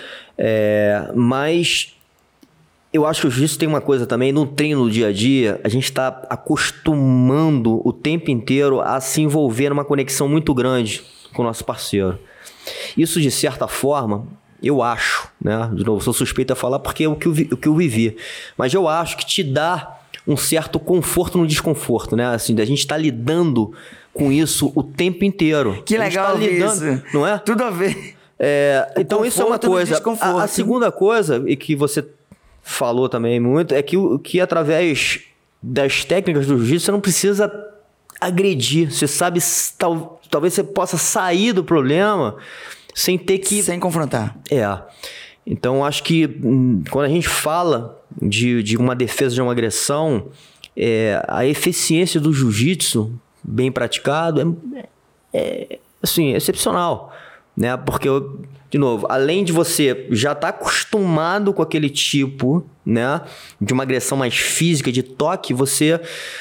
é, mas eu acho que o jiu-jitsu tem uma coisa também, no treino, no dia a dia, a gente está acostumando o tempo inteiro a se envolver numa conexão muito grande com o nosso parceiro. Isso, de certa forma, eu acho, né? De novo, sou suspeito a falar porque é o que eu, vi, o que eu vivi. Mas eu acho que te dá um certo conforto no desconforto, né? Assim, a gente está lidando com isso o tempo inteiro. Que legal tá lidando, isso. Não é? Tudo a ver. É, então isso é uma coisa. A, a segunda coisa, e que você falou também muito, é que, que através das técnicas do jiu-jitsu você não precisa agredir. Você sabe, tal, talvez você possa sair do problema sem ter que... Sem confrontar. É. Então, acho que hum, quando a gente fala de, de uma defesa, de uma agressão, é, a eficiência do jiu-jitsu, bem praticado, é, é assim, excepcional. Né? Porque, eu, de novo, além de você já estar tá acostumado com aquele tipo, né, de uma agressão mais física, de toque, você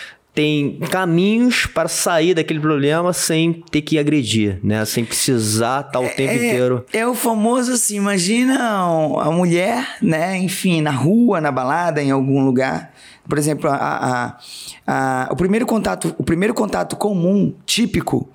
tem caminhos para sair daquele problema sem ter que agredir, né? Sem precisar estar o tempo é, inteiro. É o famoso assim, imagina a mulher, né, enfim, na rua, na balada, em algum lugar. Por exemplo, a, a, a, o, primeiro contato, o primeiro contato comum, típico,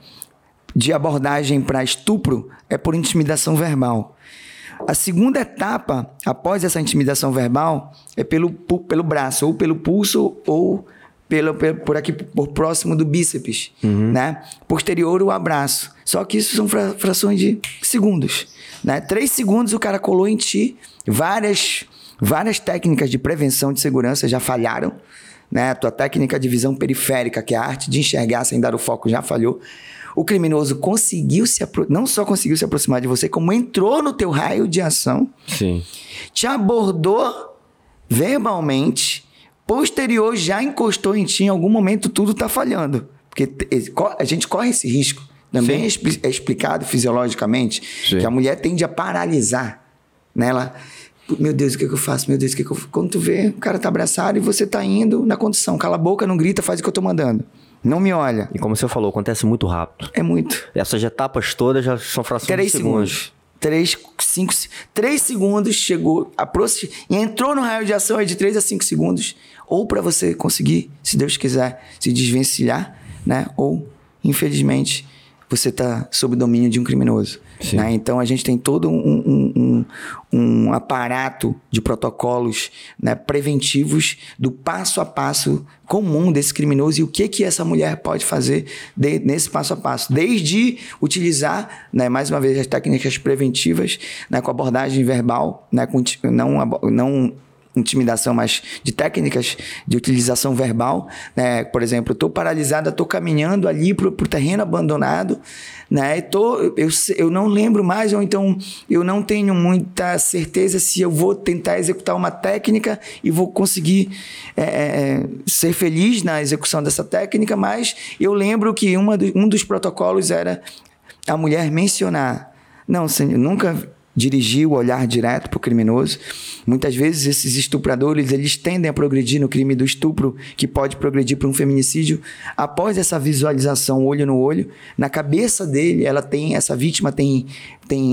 de abordagem para estupro é por intimidação verbal. A segunda etapa, após essa intimidação verbal, é pelo, pelo braço, ou pelo pulso, ou pelo, pelo, por aqui, por próximo do bíceps, uhum. né? Posterior, o abraço. Só que isso são fra, frações de segundos, né? Três segundos o cara colou em ti, várias, várias técnicas de prevenção de segurança já falharam, né? A tua técnica de visão periférica, que é a arte de enxergar sem dar o foco, já falhou. O criminoso conseguiu se apro- não só conseguiu se aproximar de você, como entrou no teu raio de ação, Sim. te abordou verbalmente, posterior já encostou em ti, em algum momento tudo está falhando. Porque a gente corre esse risco. Também é, expli- é explicado fisiologicamente Sim. que a mulher tende a paralisar. Né? Ela, meu Deus, o que, é que eu faço? Meu Deus, o que, é que eu... Quando tu vê, o cara tá abraçado e você tá indo na condição. Cala a boca, não grita, faz o que eu tô mandando. Não me olha. E como você falou, acontece muito rápido. É muito. Essas etapas todas já são frações Três de segundos. segundos. Três, cinco... Três segundos chegou, aproximou e entrou no raio de ação é de três a cinco segundos. Ou para você conseguir, se Deus quiser, se desvencilhar, né? Ou, infelizmente, você está sob o domínio de um criminoso. Né? Então, a gente tem todo um, um, um, um aparato de protocolos, né, preventivos do passo a passo comum desse criminoso e o que, que essa mulher pode fazer de, nesse passo a passo. Desde utilizar, né, mais uma vez, as técnicas preventivas, né, com abordagem verbal, né, com, não, não intimidação, mas de técnicas de utilização verbal, né? Por exemplo, eu estou paralisada, estou caminhando ali para o terreno abandonado, né? Tô, eu, eu não lembro mais, ou então eu não tenho muita certeza se eu vou tentar executar uma técnica e vou conseguir é, é, ser feliz na execução dessa técnica, mas eu lembro que uma do, um dos protocolos era a mulher mencionar, não, senhor, nunca dirigir o olhar direto para o criminoso. Muitas vezes esses estupradores, eles tendem a progredir no crime do estupro, que pode progredir para um feminicídio. Após essa visualização olho no olho, na cabeça dele, ela tem, essa vítima tem, tem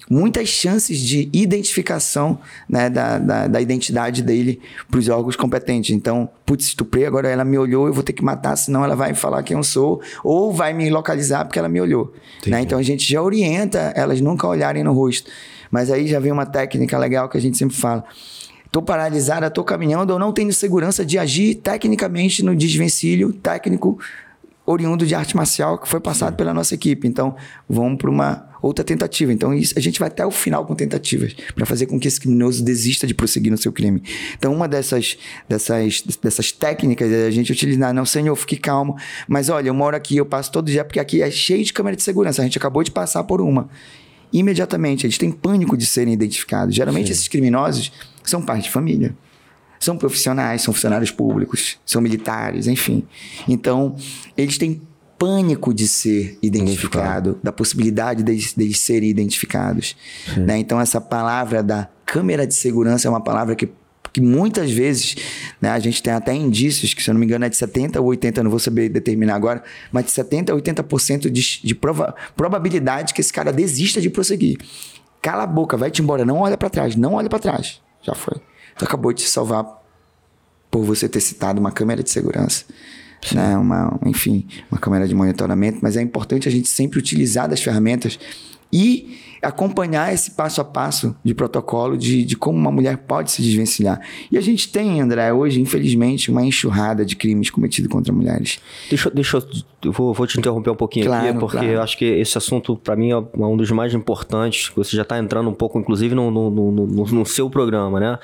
muitas chances de identificação, né, da, da, da identidade dele para os órgãos competentes. Então, putz, estuprei, agora ela me olhou, eu vou ter que matar, senão ela vai falar quem eu sou, ou vai me localizar porque ela me olhou. Né? Então, a gente já orienta elas nunca olharem no rosto. Mas aí já vem uma técnica legal que a gente sempre fala. Estou paralisada, estou caminhando, eu não tenho segurança de agir tecnicamente no desvencilho técnico oriundo de arte marcial que foi passado Sim. pela nossa equipe. Então, vamos para uma outra tentativa. Então, isso, a gente vai até o final com tentativas para fazer com que esse criminoso desista de prosseguir no seu crime. Então, uma dessas, dessas, dessas técnicas é a gente utilizar. Não, senhor, fique calmo. Mas, olha, eu moro aqui, eu passo todo dia, porque aqui é cheio de câmera de segurança. A gente acabou de passar por uma. Imediatamente, eles têm pânico de serem identificados. Geralmente, Sim. esses criminosos são parte de família. São profissionais, são funcionários públicos, são militares, enfim. Então, eles têm pânico de ser identificado, da possibilidade deles de, de serem identificados. Né? Então, essa palavra da câmera de segurança é uma palavra que, que muitas vezes, né, a gente tem até indícios, que se eu não me engano é de setenta ou oitenta, não vou saber determinar agora, mas de setenta a oitenta por cento de, de prova, probabilidade que esse cara desista de prosseguir. Cala a boca, vai-te embora, não olha para trás, não olha para trás. Já foi. Tu acabou de se salvar por você ter citado uma câmera de segurança, né? uma, enfim, uma câmera de monitoramento, mas é importante a gente sempre utilizar das ferramentas e acompanhar esse passo a passo de protocolo de, de como uma mulher pode se desvencilhar. E a gente tem, André, hoje, infelizmente, uma enxurrada de crimes cometidos contra mulheres. Deixa, deixa eu vou, vou te interromper um pouquinho claro, aqui, porque claro. eu acho que esse assunto, para mim, é um dos mais importantes. Você já está entrando um pouco, inclusive, no, no, no, no, no seu programa, né?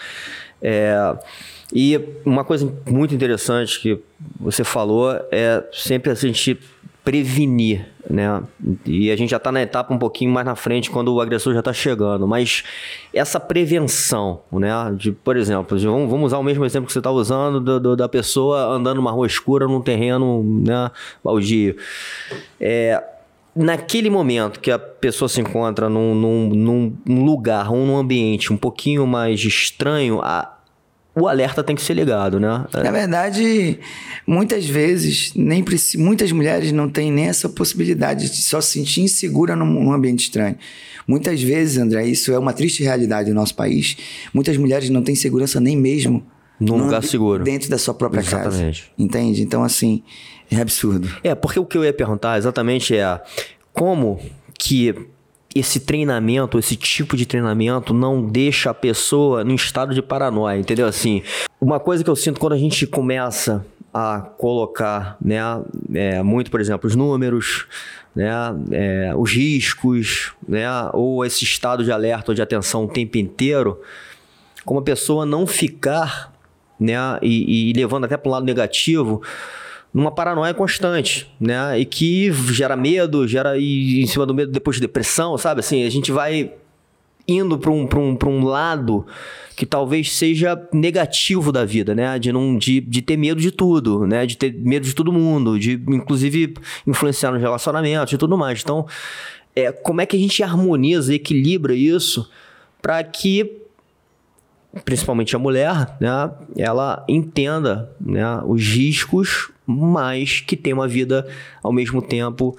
É, e uma coisa muito interessante que você falou é sempre a gente prevenir, né? E a gente já está na etapa um pouquinho mais na frente quando o agressor já está chegando, mas essa prevenção, né? De, por exemplo, de, vamos, vamos usar o mesmo exemplo que você está usando do, do, da pessoa andando numa rua escura num terreno, né, baldio. É, naquele momento que a pessoa se encontra num, num, num lugar ou num ambiente um pouquinho mais estranho, a o alerta tem que ser ligado, né? Na verdade, muitas vezes, nem preci... muitas mulheres não têm nem essa possibilidade de só se sentir insegura num, num ambiente estranho. Muitas vezes, André, isso é uma triste realidade no nosso país. Muitas mulheres não têm segurança nem mesmo num lugar ambi... seguro. Dentro da sua própria exatamente. casa. Entende? Então, assim, é absurdo. É, porque o que eu ia perguntar exatamente é como que esse treinamento, esse tipo de treinamento não deixa a pessoa no estado de paranoia, entendeu? Assim, uma coisa que eu sinto quando a gente começa a colocar, né, é, muito, por exemplo, os números, né, é, os riscos, né, ou esse estado de alerta ou de atenção o tempo inteiro, como a pessoa não ficar, né, e, e levando até para um lado negativo, numa paranoia constante, né? E que gera medo, gera e em cima do medo depois depressão, sabe? Assim, a gente vai indo para um, para um, para um lado que talvez seja negativo da vida, né? De, não, de, de ter medo de tudo, né? De ter medo de todo mundo, de inclusive influenciar nos relacionamentos e tudo mais. Então, é, como é que a gente harmoniza, equilibra isso para que principalmente a mulher, né, ela entenda, né, os riscos, mas que tem uma vida ao mesmo tempo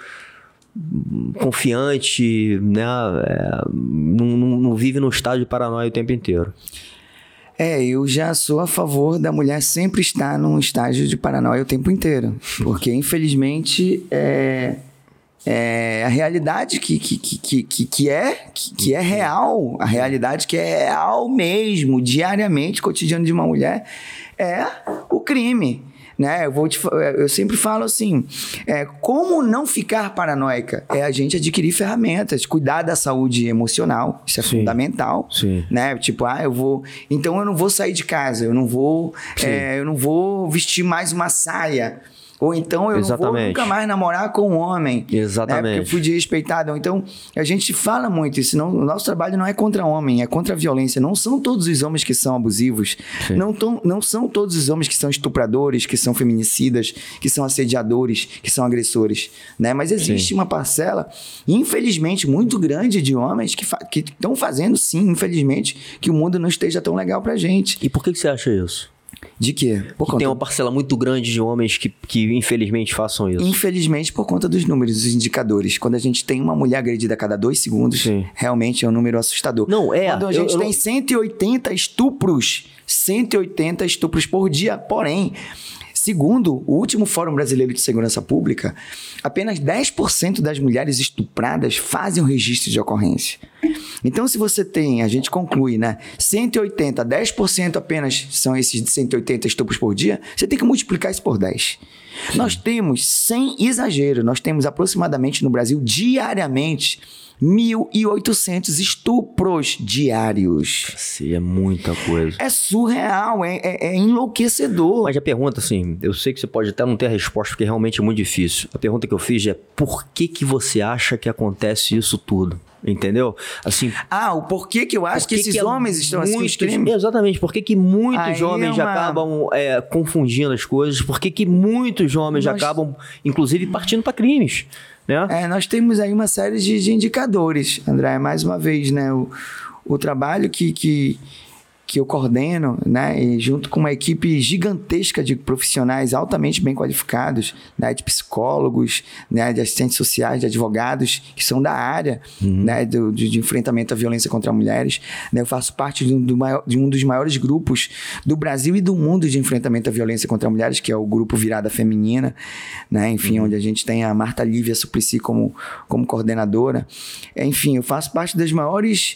confiante, né, é, não, não, não vive no estado de paranoia o tempo inteiro. É, eu já sou a favor da mulher sempre estar num estágio de paranoia o tempo inteiro, porque infelizmente é... É a realidade que, que, que, que, que, é, que, que é real, a realidade que é real mesmo, diariamente, cotidiano de uma mulher, é o crime. Né? Eu, vou te, eu sempre falo assim, é, como não ficar paranoica? É a gente adquirir ferramentas, cuidar da saúde emocional, isso é sim, fundamental. Sim. Né? Tipo, ah, eu vou... Então eu não vou sair de casa, eu não vou, é, eu não vou vestir mais uma saia. Ou então eu Exatamente. não vou nunca mais namorar com um homem. Exatamente. Né? Porque eu fui desrespeitado. Então, a gente fala muito isso. Não, o nosso trabalho não é contra homem, é contra a violência. Não são todos os homens que são abusivos. Não, tão, não são todos os homens que são estupradores, que são feminicidas, que são assediadores, que são agressores. Né? Mas existe sim. uma parcela, infelizmente, muito grande de homens que estão fa- fazendo, sim, infelizmente, que o mundo não esteja tão legal pra gente. E por que, que você acha isso? De quê? Por que conta... tem uma parcela muito grande de homens que, que infelizmente façam isso. Infelizmente, por conta dos números, dos indicadores. Quando a gente tem uma mulher agredida a cada dois segundos, Sim. realmente é um número assustador. Não, é... Quando a gente eu, eu tem não... cento e oitenta estupros, cento e oitenta estupros por dia, porém... Segundo o último Fórum Brasileiro de Segurança Pública, apenas dez por cento das mulheres estupradas fazem o registro de ocorrência. Então, se você tem, a gente conclui, né, cento e oitenta, dez por cento apenas são esses cento e oitenta estupros por dia, você tem que multiplicar isso por dez. Sim. Nós temos, sem exagero, nós temos aproximadamente no Brasil, diariamente, mil e oitocentos estupros diários. Sim, é muita coisa. É surreal, é, é, é enlouquecedor. Mas a pergunta, assim, eu sei que você pode até não ter a resposta, porque realmente é muito difícil. A pergunta que eu fiz é, por que que você acha que acontece isso tudo? Entendeu? Assim, ah, o porquê que eu acho que, que esses que homens estão assim nos crimes? Exatamente, por que que muitos Aí homens é uma... acabam é, confundindo as coisas? Por que que muitos homens Nós... acabam, inclusive, partindo para crimes? Né? É, nós temos aí uma série de, de indicadores, André, mais uma vez, né? O, o trabalho que, que, que eu coordeno, né? E junto com uma equipe gigantesca de profissionais altamente bem qualificados, né? De psicólogos, né? De assistentes sociais, de advogados, que são da área, uhum. né? Do, de, de enfrentamento à violência contra mulheres. Né? Eu faço parte de um, do maior, de um dos maiores grupos do Brasil e do mundo de enfrentamento à violência contra mulheres, que é o grupo Virada Feminina, né? Enfim, uhum. onde a gente tem a Marta Lívia Suplicy como, como coordenadora. Enfim, eu faço parte dos maiores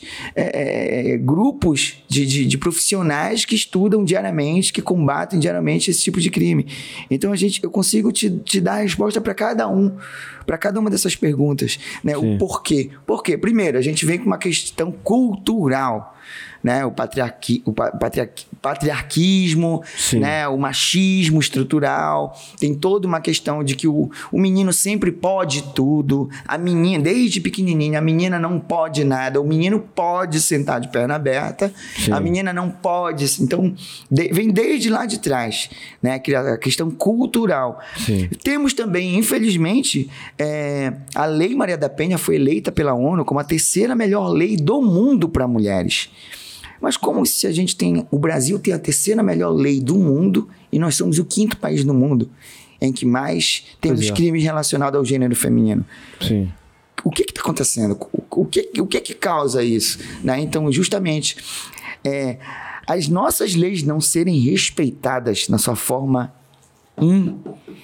é, é, grupos de, de, de profissionais que estudam diariamente, que combatem diariamente esse tipo de crime. Então, a gente, eu consigo te, te dar a resposta para cada um, para cada uma dessas perguntas. Né? O porquê. Por quê? Primeiro, a gente vem com uma questão cultural. Né? O, patriarqui, o patriarqui, patriarquismo, né? O machismo estrutural, tem toda uma questão de que o, o menino sempre pode tudo, a menina, desde pequenininha, a menina não pode nada, o menino pode sentar de perna aberta, Sim. a menina não pode, então de, vem desde lá de trás, né? A questão cultural. Sim. Temos também, infelizmente, é, a Lei Maria da Penha foi eleita pela ONU como a terceira melhor lei do mundo para mulheres. Mas como se a gente tem... O Brasil tem a terceira melhor lei do mundo e nós somos o quinto país do mundo em que mais temos os crimes relacionados ao gênero feminino. Sim. O que está acontecendo? O, o, que, o que que causa isso? Né? Então, justamente, é, as nossas leis não serem respeitadas na sua forma, in,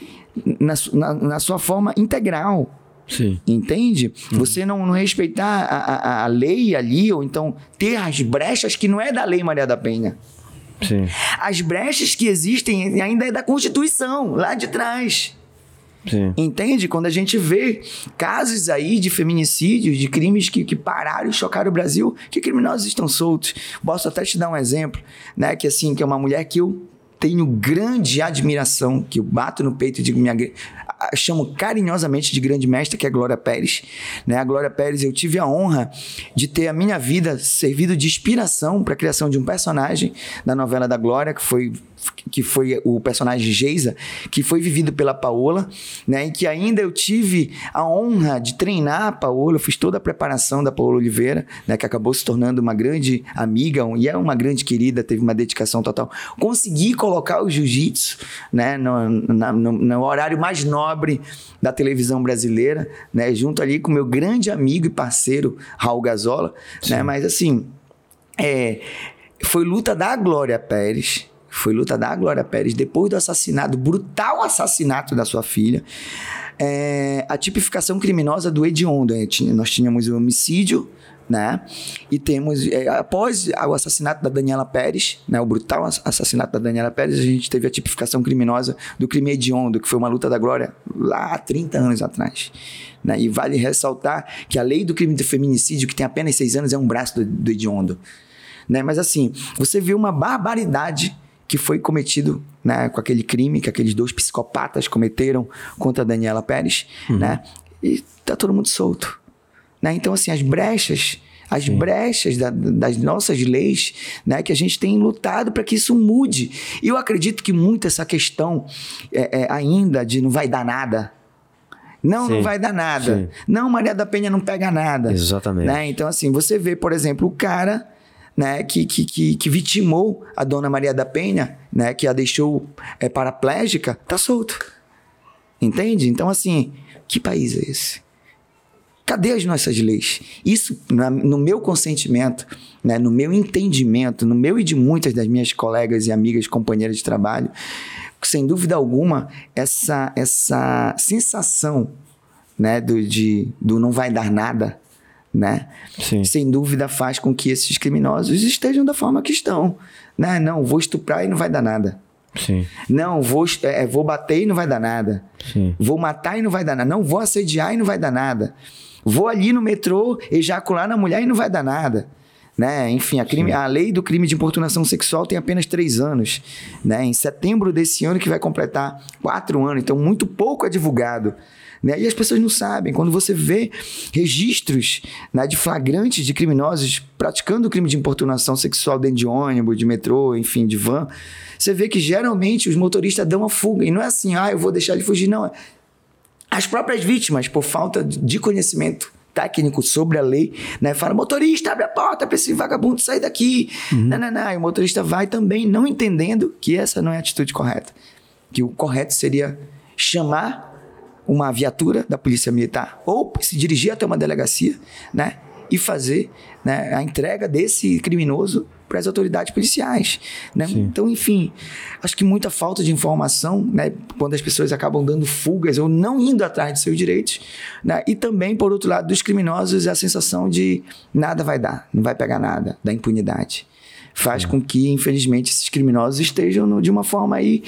na, na, na sua forma integral. Sim. Entende? Uhum. Você não, não respeitar a, a, a lei ali, ou então ter as brechas que não é da Lei Maria da Penha. Sim. As brechas que existem ainda é da Constituição, lá de trás. Sim. Entende? Quando a gente vê casos aí de feminicídios, de crimes que, que pararam e chocaram o Brasil, que criminosos estão soltos. Posso até te dar um exemplo, né? Que assim, que é uma mulher que eu tenho grande admiração, que eu bato no peito e digo, minha, chamo carinhosamente de grande mestra, que é a Glória Pérez. Né? A Glória Pérez, eu tive a honra de ter a minha vida servido de inspiração para a criação de um personagem da novela da Glória, que foi, que foi o personagem Geisa, que foi vivido pela Paola, né? E que ainda eu tive a honra de treinar a Paola, eu fiz toda a preparação da Paola Oliveira, né? Que acabou se tornando uma grande amiga, e é uma grande querida, teve uma dedicação total. Consegui colocar o jiu-jitsu, né? no, na, no, no horário mais nobre da televisão brasileira, né? Junto ali com meu grande amigo e parceiro, Raul Gazola, né? Mas assim, é, foi luta da Glória Pérez, Foi luta da Glória Pérez depois do assassinato, brutal assassinato da sua filha. É, a tipificação criminosa do hediondo. Nós tínhamos o homicídio, né? E temos, é, após o assassinato da Daniela Pérez, né? O brutal assassinato da Daniela Pérez, a gente teve a tipificação criminosa do crime hediondo, que foi uma luta da Glória lá há trinta anos atrás. Né? E vale ressaltar que a lei do crime de feminicídio, que tem apenas seis anos, é um braço do, do hediondo. Né? Mas assim, você vê uma barbaridade que foi cometido, né, com aquele crime que aqueles dois psicopatas cometeram contra a Daniela Pérez, uhum. né? E tá todo mundo solto. Né? Então, assim, as brechas, as Sim. brechas da, das nossas leis, né, que a gente tem lutado para que isso mude. E eu acredito que muito essa questão é, é, ainda de não vai dar nada. Não, Sim. não vai dar nada. Sim. Não, Maria da Penha não pega nada. Exatamente. Né? Então, assim, você vê, por exemplo, o cara... né, que, que, que, que vitimou a dona Maria da Penha, né, que a deixou é, paraplégica, tá solto. Entende? Então, assim, que país é esse? Cadê as nossas leis? Isso, na, no meu consentimento, né, no meu entendimento, no meu e de muitas das minhas colegas e amigas, companheiras de trabalho, sem dúvida alguma, essa, essa sensação, né, do, de, do não vai dar nada, né? Sim. Sem dúvida faz com que esses criminosos estejam da forma que estão. Né? Não, vou estuprar e não vai dar nada. Sim. Não, vou, é, vou bater e não vai dar nada. Sim. Vou matar e não vai dar nada. Não, vou assediar e não vai dar nada. Vou ali no metrô ejacular na mulher e não vai dar nada. Né? Enfim, a, crime, a lei do crime de importunação sexual tem apenas três anos. Né? Em setembro desse ano que vai completar quatro anos. Então, muito pouco é divulgado. Né? E as pessoas não sabem. Quando você vê registros, né, de flagrantes de criminosos praticando o crime de importunação sexual dentro de ônibus, de metrô, enfim, de van, você vê que geralmente os motoristas dão a fuga. E não é assim, ah, eu vou deixar ele fugir. Não. As próprias vítimas, por falta de conhecimento técnico sobre a lei, né, falam, motorista, abre a porta para esse vagabundo sair daqui. Uhum. Não, não, não. E o motorista vai também não entendendo que essa não é a atitude correta. Que o correto seria chamar uma viatura da polícia militar ou se dirigir até uma delegacia, né, e fazer, né, a entrega desse criminoso para as autoridades policiais, né? Então, enfim, acho que muita falta de informação, né, quando as pessoas acabam dando fugas ou não indo atrás de seus direitos, né? E também, por outro lado, dos criminosos, a sensação de nada vai dar, não vai pegar nada, da impunidade. Faz Sim. com que, infelizmente, esses criminosos estejam no, de uma forma aí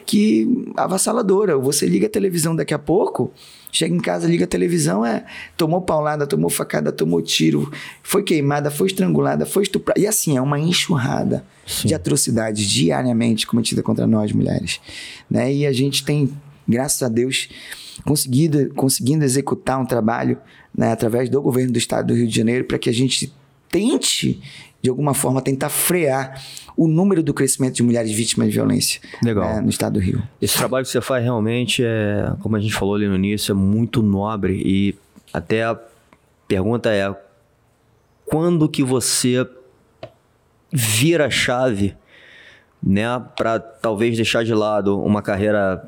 que avassaladora. Você liga a televisão daqui a pouco, chega em casa, liga a televisão, é, tomou paulada, tomou facada, tomou tiro, foi queimada, foi estrangulada, foi estuprada. E assim, é uma enxurrada Sim. de atrocidades diariamente cometida contra nós, mulheres. Né? E a gente tem, graças a Deus, conseguido, conseguindo executar um trabalho, né, através do governo do estado do Rio de Janeiro para que a gente tente, de alguma forma, tentar frear o número do crescimento de mulheres vítimas de violência né, no estado do Rio. Esse trabalho que você faz realmente é, como a gente falou ali no início, é muito nobre e até a pergunta é quando que você vira a chave, né, para talvez deixar de lado uma carreira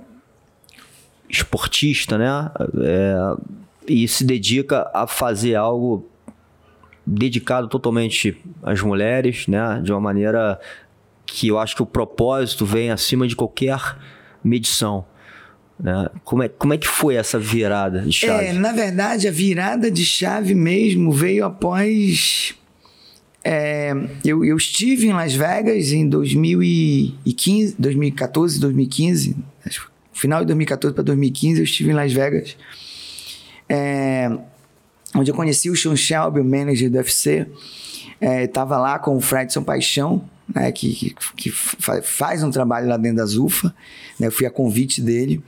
esportista, né, é, e se dedica a fazer algo dedicado totalmente às mulheres, né? De uma maneira que eu acho que o propósito vem acima de qualquer medição. Né? Como é, como é que foi essa virada de chave? É, na verdade, a virada de chave mesmo veio após... É, eu, eu estive em Las Vegas em dois mil e quinze, dois mil e quatorze, dois mil e quinze, final de dois mil e quatorze para dois mil e quinze, eu estive em Las Vegas. É... onde eu conheci o Sean Shelby, o manager do U F C. Estava é, lá com o Fredson Paixão, né, que, que, que faz um trabalho lá dentro da Zufa. Né, eu fui a convite dele.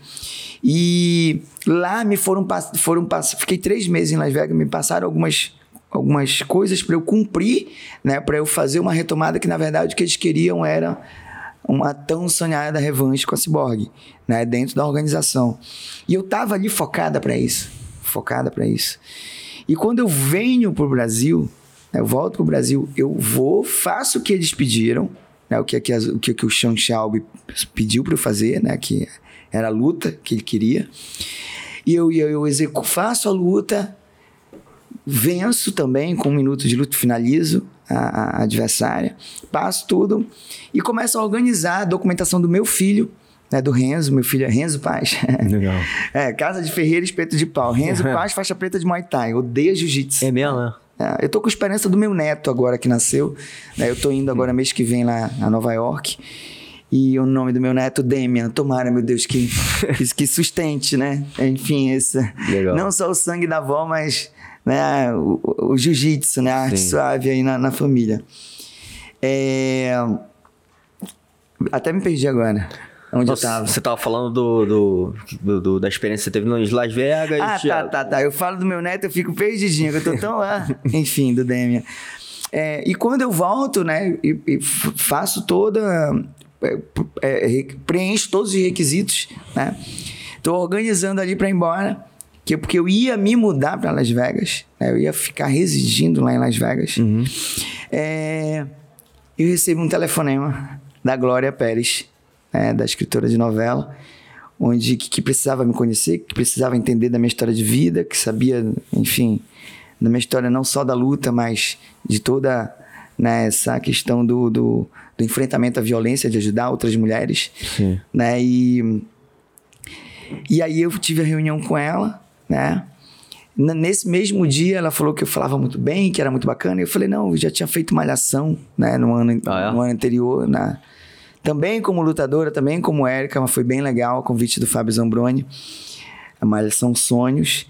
E lá me foram... foram fiquei três meses em Las Vegas, me passaram algumas, algumas coisas para eu cumprir, né, para eu fazer uma retomada que, na verdade, o que eles queriam era uma tão sonhada revanche com a Cyborg, né, dentro da organização. E eu estava ali focada para isso. Focada para isso. E quando eu venho para o Brasil, né, eu volto para o Brasil, eu vou, faço o que eles pediram, né, o, que, que, o que, que o Sean Shelby pediu para eu fazer, né, que era a luta que ele queria. E eu, eu, eu executo, faço a luta, venço também com um minuto de luta, finalizo a, a adversária, passo tudo e começo a organizar a documentação do meu filho, né, do Renzo, meu filho é Renzo Paz. Legal. É, Casa de Ferreira, Espeto de Pau. Renzo Paz, faixa preta de Muay Thai. Odeia jiu-jitsu. É mesmo, né? É, eu tô com esperança do meu neto agora que nasceu. Né, eu tô indo agora mês que vem lá a Nova York. E o nome do meu neto, Demian. Tomara, meu Deus, que, que, que sustente, né? Enfim, esse, não só o sangue da avó, mas né, o, o, o jiu-jitsu, né? A arte suave aí na, na família. É... Até me perdi agora. Onde Nossa, eu tava. Você tava falando do, do, do, do, da experiência que você teve em Las Vegas. Ah, já... tá, tá, tá. Eu falo do meu neto, eu fico perdidinho, eu tô tão lá. Enfim, do Demian. É, e quando eu volto, né, e, e faço toda... É, é, preencho todos os requisitos, né? Tô organizando ali para ir embora. que porque eu ia me mudar para Las Vegas, né? Eu ia ficar residindo lá em Las Vegas. Uhum. É, eu recebo um telefonema da Glória Pérez, né? Da escritora de novela, onde que, que precisava me conhecer, que precisava entender da minha história de vida, que sabia, enfim, da minha história não só da luta, mas de toda, né, essa questão do, do, do enfrentamento à violência, de ajudar outras mulheres. Sim. Né? E, e aí eu tive a reunião com ela, né? Nesse mesmo dia ela falou que eu falava muito bem, que era muito bacana, e eu falei, não, eu já tinha feito malhação, né, no ano, ah, é? no ano anterior, na, também como lutadora, também como Érica, mas foi bem legal o convite do Fábio Zambroni, a Malhação Sonhos.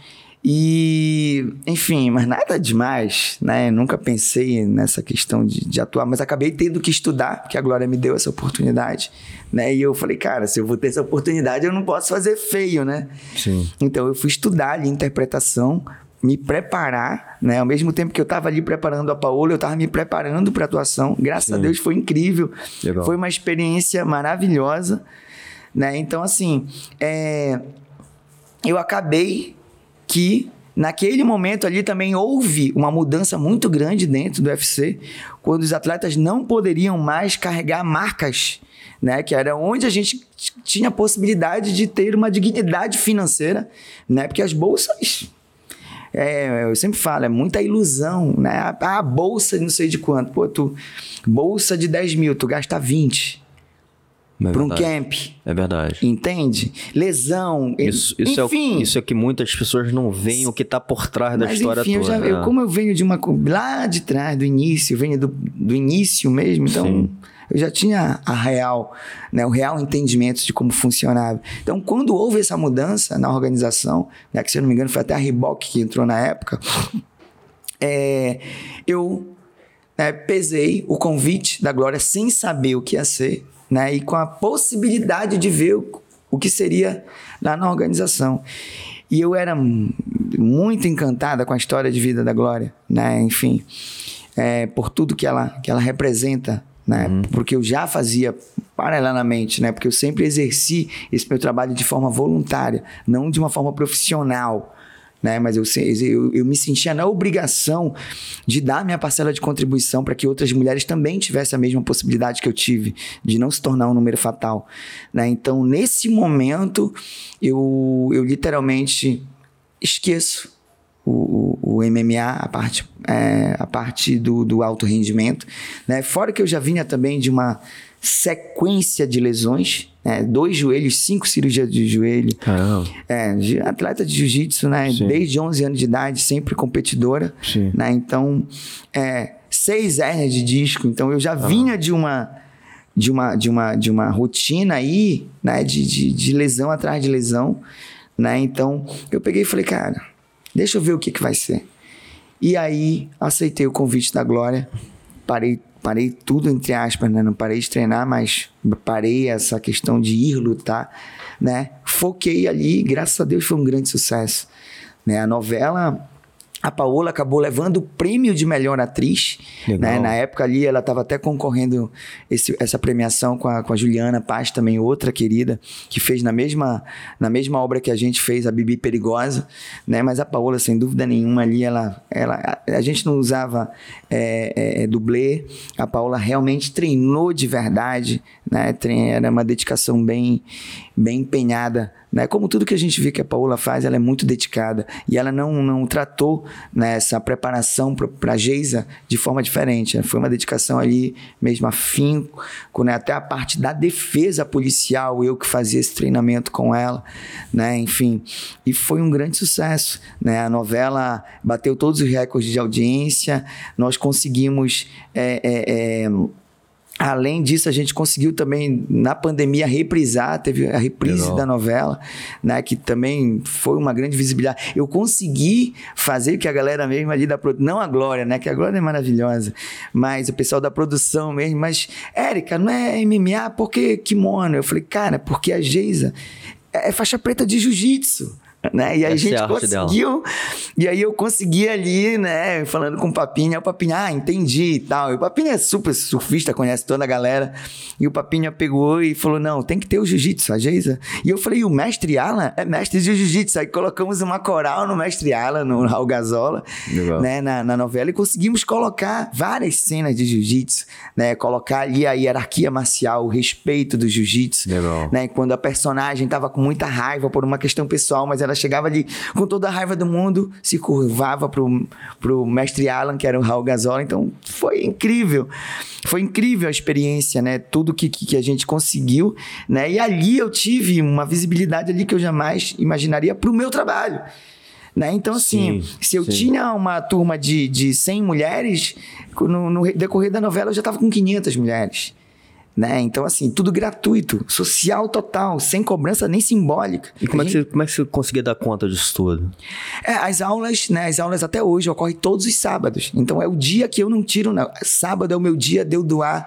E, enfim, mas nada demais, né? Nunca pensei nessa questão de, de atuar, mas acabei tendo que estudar, porque a Glória me deu essa oportunidade, né? E eu falei, cara, se eu vou ter essa oportunidade, eu não posso fazer feio, né? Sim. Então eu fui estudar ali interpretação, me preparar, né? Ao mesmo tempo que eu estava ali preparando a Paola, eu estava me preparando para atuação. Graças Sim. a Deus foi incrível. Legal. Foi uma experiência maravilhosa, né? Então, assim, é... eu acabei que naquele momento ali também houve uma mudança muito grande dentro do U F C, quando os atletas não poderiam mais carregar marcas, né? Que era onde a gente tinha a possibilidade de ter uma dignidade financeira, né? Porque as bolsas, é, eu sempre falo, é muita ilusão, né? A, a bolsa não sei de quanto, pô, tu, bolsa de dez mil, tu gasta vinte. É para um camp. É verdade. Entende? Lesão. Isso, isso, enfim. É o, isso é que muitas pessoas não veem o que está por trás da Mas, história enfim, toda. Eu já, eu, como eu venho de uma... Lá de trás, do início, eu venho do, do início mesmo, então Sim. eu já tinha a real, né, o real entendimento de como funcionava. Então, quando houve essa mudança na organização, né, que se eu não me engano foi até a Reebok que entrou na época, é, eu é, pesei o convite da Glória sem saber o que ia ser, né, e com a possibilidade de ver o, o que seria lá na organização. E eu era muito encantada com a história de vida da Glória, né, enfim, é, por tudo que ela, que ela representa, né, uhum. porque eu já fazia paralelamente, né, porque eu sempre exerci esse meu trabalho de forma voluntária, não de uma forma profissional, né, mas eu, eu, eu me sentia na obrigação de dar minha parcela de contribuição para que outras mulheres também tivessem a mesma possibilidade que eu tive, de não se tornar um número fatal, né? Então, nesse momento, eu, eu literalmente esqueço o, o, o M M A, a parte, é, a parte do, do alto rendimento, né? Fora que eu já vinha também de uma sequência de lesões, né? Dois joelhos, cinco cirurgias de joelho. Caramba. É, atleta de jiu-jitsu, né? Desde onze anos de idade, sempre competidora. Sim. Né? Então, é, seis hérnias de disco. Então, eu já ah. vinha de uma, de uma, de uma, de uma rotina aí, né? De, de, de lesão atrás de lesão. Né? Então, eu peguei e falei, cara, deixa eu ver o que, que vai ser. E aí, aceitei o convite da Glória, parei Parei tudo, entre aspas, né? Não parei de treinar, mas parei essa questão de ir lutar, né? Foquei ali, graças a Deus foi um grande sucesso, né? A novela, a Paola acabou levando o prêmio de melhor atriz, né? Na época ali ela estava até concorrendo esse, essa premiação com a, com a Juliana Paz, também outra querida, que fez na mesma, na mesma obra que a gente fez, a Bibi Perigosa, né? Mas a Paola, sem dúvida nenhuma ali, ela, ela, a, a gente não usava é, é, dublê, a Paola realmente treinou de verdade, né? Era uma dedicação bem, bem empenhada, né? Como tudo que a gente vê que a Paola faz, ela é muito dedicada e ela não, não tratou, né, essa preparação para a Geisa de forma diferente, né? Foi uma dedicação ali mesmo afinco, né? Até a parte da defesa policial, eu que fazia esse treinamento com ela, né? Enfim, e foi um grande sucesso, né? A novela bateu todos os recordes de audiência, nós conseguimos é, é, é, além disso, a gente conseguiu também, na pandemia, reprisar, teve a reprise Legal. Da novela, né, que também foi uma grande visibilidade. Eu consegui fazer que a galera mesmo ali da produção, não a Glória, né, que a Glória é maravilhosa, mas o pessoal da produção mesmo, mas, Érica, não é M M A, por que kimono? Eu falei, cara, porque a Geisa é faixa preta de jiu-jitsu, Né? E aí Essa a gente é a arte conseguiu, dela. e aí eu consegui ali, né, falando com o Papinha, o Papinha, ah, entendi e tal. E o Papinha é super surfista, conhece toda a galera. E o Papinha pegou e falou, não, tem que ter o jiu-jitsu, a Geisa. E eu falei, o mestre Alan é mestre de jiu-jitsu. Aí colocamos uma coral no mestre Alan, no Raul Gazola, né, na, na novela, e conseguimos colocar várias cenas de jiu-jitsu, né, colocar ali a hierarquia marcial, o respeito do jiu-jitsu, né, quando a personagem tava com muita raiva por uma questão pessoal, mas ela chegava ali com toda a raiva do mundo, se curvava pro, pro mestre Alan, que era o Raul Gazola. Então foi incrível, foi incrível a experiência, né? Tudo que, que a gente conseguiu, né? E ali eu tive uma visibilidade ali que eu jamais imaginaria pro meu trabalho. Né? Então, assim, sim, se eu sim. tinha uma turma de, de cem mulheres, no, no decorrer da novela eu já estava com quinhentas mulheres. Né? Então, assim, tudo gratuito, social total, sem cobrança nem simbólica. E como, gente... é, que você, como é que você conseguia dar conta disso tudo? É, as aulas, né? As aulas até hoje ocorrem todos os sábados. Então, é o dia que eu não tiro, não. Sábado é o meu dia de eu doar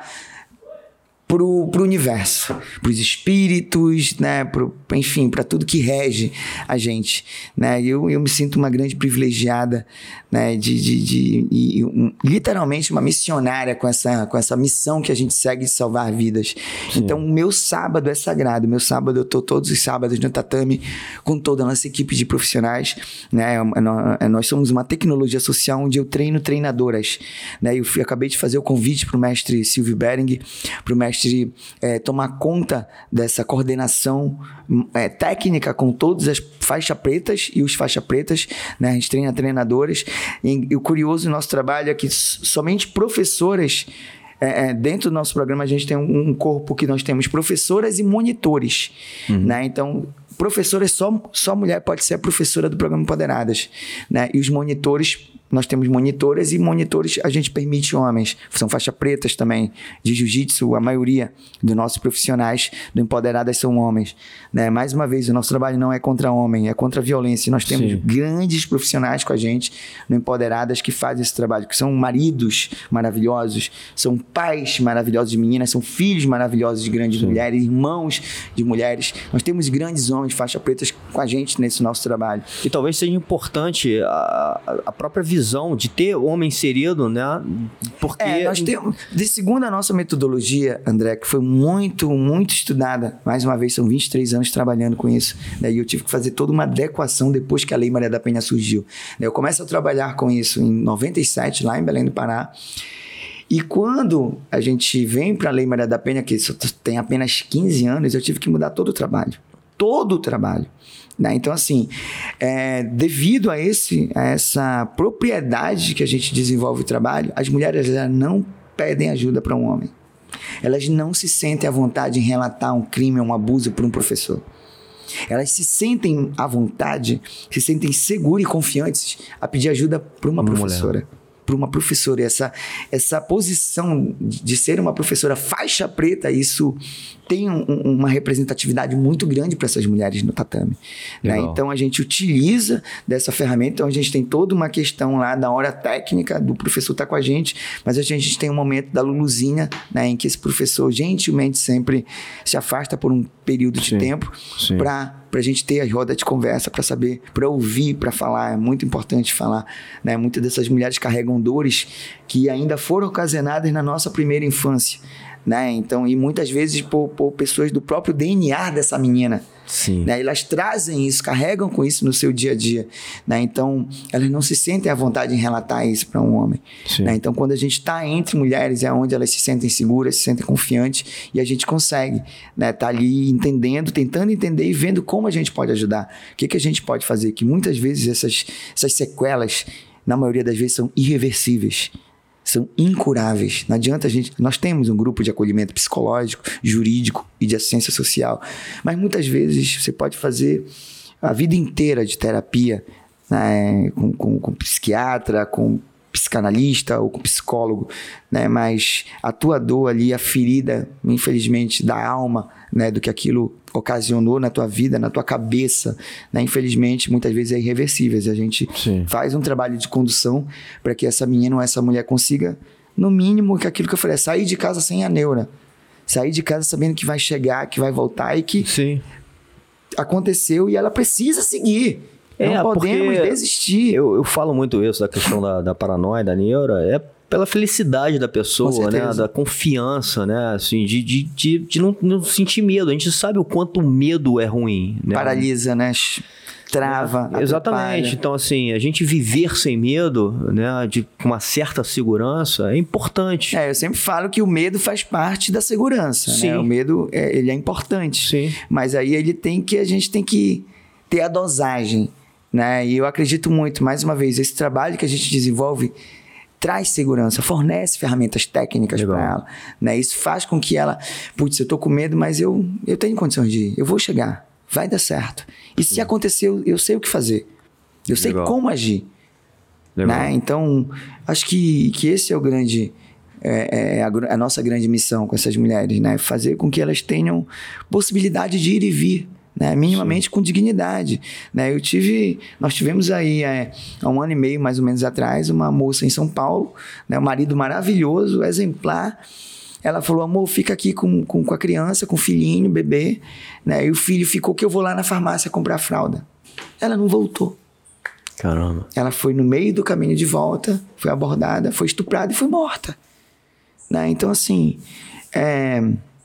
pro, pro universo, pros espíritos, né? Pro, enfim, para tudo que rege a gente, né? Eu, eu me sinto uma grande privilegiada, né? De, de, de, de um, literalmente uma missionária com essa, com essa missão que a gente segue de salvar vidas. Sim. Então, o meu sábado é sagrado. Meu sábado, eu tô todos os sábados no tatame com toda a nossa equipe de profissionais, né? Nós somos uma tecnologia social onde eu treino treinadoras, né? Eu fui, acabei de fazer o convite pro mestre Silvio Bering, pro mestre É, tomar conta dessa coordenação é, técnica com todas as faixas pretas e os faixas pretas, né? A gente treina treinadoras. E, e o curioso do nosso trabalho é que somente professoras, é, é, dentro do nosso programa a gente tem um, um corpo que nós temos professoras e monitores, uhum. né? Então, professoras, só, só mulher pode ser a professora do programa Empoderadas, né? E os monitores, nós temos monitoras e monitores a gente permite homens. São faixa pretas também de jiu-jitsu. A maioria dos nossos profissionais do Empoderadas são homens, né? Mais uma vez, o nosso trabalho não é contra homem, é contra a violência. Nós temos Sim. grandes profissionais com a gente no Empoderadas que fazem esse trabalho, que são maridos maravilhosos, são pais maravilhosos de meninas, são filhos maravilhosos de grandes Sim. mulheres, irmãos de mulheres. Nós temos grandes homens de faixa pretas com a gente nesse nosso trabalho. E talvez seja importante a, a própria visão de ter homem inserido, né? Porque... É, nós temos... De segundo a nossa metodologia, André, que foi muito, muito estudada, mais uma vez, são vinte e três anos trabalhando com isso, né? E eu tive que fazer toda uma adequação depois que a Lei Maria da Penha surgiu. Eu começo a trabalhar com isso em noventa e sete, lá em Belém do Pará. E quando a gente vem para a Lei Maria da Penha, que isso tem apenas quinze anos, eu tive que mudar todo o trabalho. Todo o trabalho. Né? Então, assim, é, devido a, esse, a essa propriedade que a gente desenvolve o trabalho, as mulheres já não pedem ajuda para um homem. Elas não se sentem à vontade em relatar um crime ou um abuso para um professor. Elas se sentem à vontade, se sentem seguras e confiantes a pedir ajuda para uma, uma professora. Mulher. Para uma professora. E essa, essa posição de ser uma professora faixa preta, isso tem um, uma representatividade muito grande para essas mulheres no tatame. Né? Então, a gente utiliza dessa ferramenta. Então, a gente tem toda uma questão lá da hora técnica do professor estar com a gente, mas a gente tem um momento da Luluzinha, né, em que esse professor gentilmente sempre se afasta por um período de sim, tempo para para a gente ter a roda de conversa, para saber, para ouvir, para falar. É muito importante falar, né? Muitas dessas mulheres carregam dores que ainda foram ocasionadas na nossa primeira infância, né? Então, e muitas vezes por, por pessoas do próprio D N A dessa menina. Sim. Né? Elas trazem isso, carregam com isso no seu dia a dia, né? Então elas não se sentem à vontade em relatar isso para um homem, né? Então quando a gente está entre mulheres é onde elas se sentem seguras, se sentem confiantes e a gente consegue, né, tá ali entendendo, tentando entender e vendo como a gente pode ajudar, o que, que a gente pode fazer, que muitas vezes essas, essas sequelas, na maioria das vezes, são irreversíveis, são incuráveis. Não adianta a gente... Nós temos um grupo de acolhimento psicológico, jurídico e de assistência social, mas muitas vezes você pode fazer a vida inteira de terapia, né, com, com, com psiquiatra, com psicanalista ou com psicólogo, né, mas a tua dor ali, a ferida, infelizmente, da alma, né, do que aquilo ocasionou na tua vida, na tua cabeça, né, infelizmente, muitas vezes é irreversível. A gente Sim. faz um trabalho de condução para que essa menina ou essa mulher consiga, no mínimo, que aquilo que eu falei, sair de casa sem a neura, sair de casa sabendo que vai chegar, que vai voltar e que... Sim. aconteceu e ela precisa seguir. É, não podemos desistir. Eu, eu falo muito isso da questão da, da paranoia, da neura, é pela felicidade da pessoa, né? Da confiança, né? Assim, de, de, de, de não, não sentir medo. A gente sabe o quanto o medo é ruim. Né? Paralisa, né? Trava, é, exatamente. Então, assim, a gente viver sem medo, né? De uma certa segurança é importante. É, eu sempre falo que o medo faz parte da segurança, Sim. né? O medo, é, ele é importante. Sim. Mas aí ele tem que, a gente tem que ter a dosagem, né? E eu acredito muito, mais uma vez, esse trabalho que a gente desenvolve traz segurança, fornece ferramentas técnicas para ela, né? Isso faz com que ela, putz, eu tô com medo, mas eu, eu tenho condições de ir, eu vou chegar, vai dar certo. E se acontecer, eu, eu sei o que fazer, eu sei Legal. Como agir. Né? Então, acho que, que esse é o grande, é, é a, a nossa grande missão com essas mulheres, né? Fazer com que elas tenham possibilidade de ir e vir, né, minimamente Sim. com dignidade, né? Eu tive, nós tivemos aí é, há um ano e meio mais ou menos atrás uma moça em São Paulo, né, um marido maravilhoso, exemplar. Ela falou: amor, fica aqui com, com, com a criança, com o filhinho, bebê, né? E o filho ficou que eu vou lá na farmácia comprar fralda. Ela não voltou. Caramba. Ela foi no meio do caminho de volta, foi abordada, foi estuprada e foi morta, né? Então assim, é,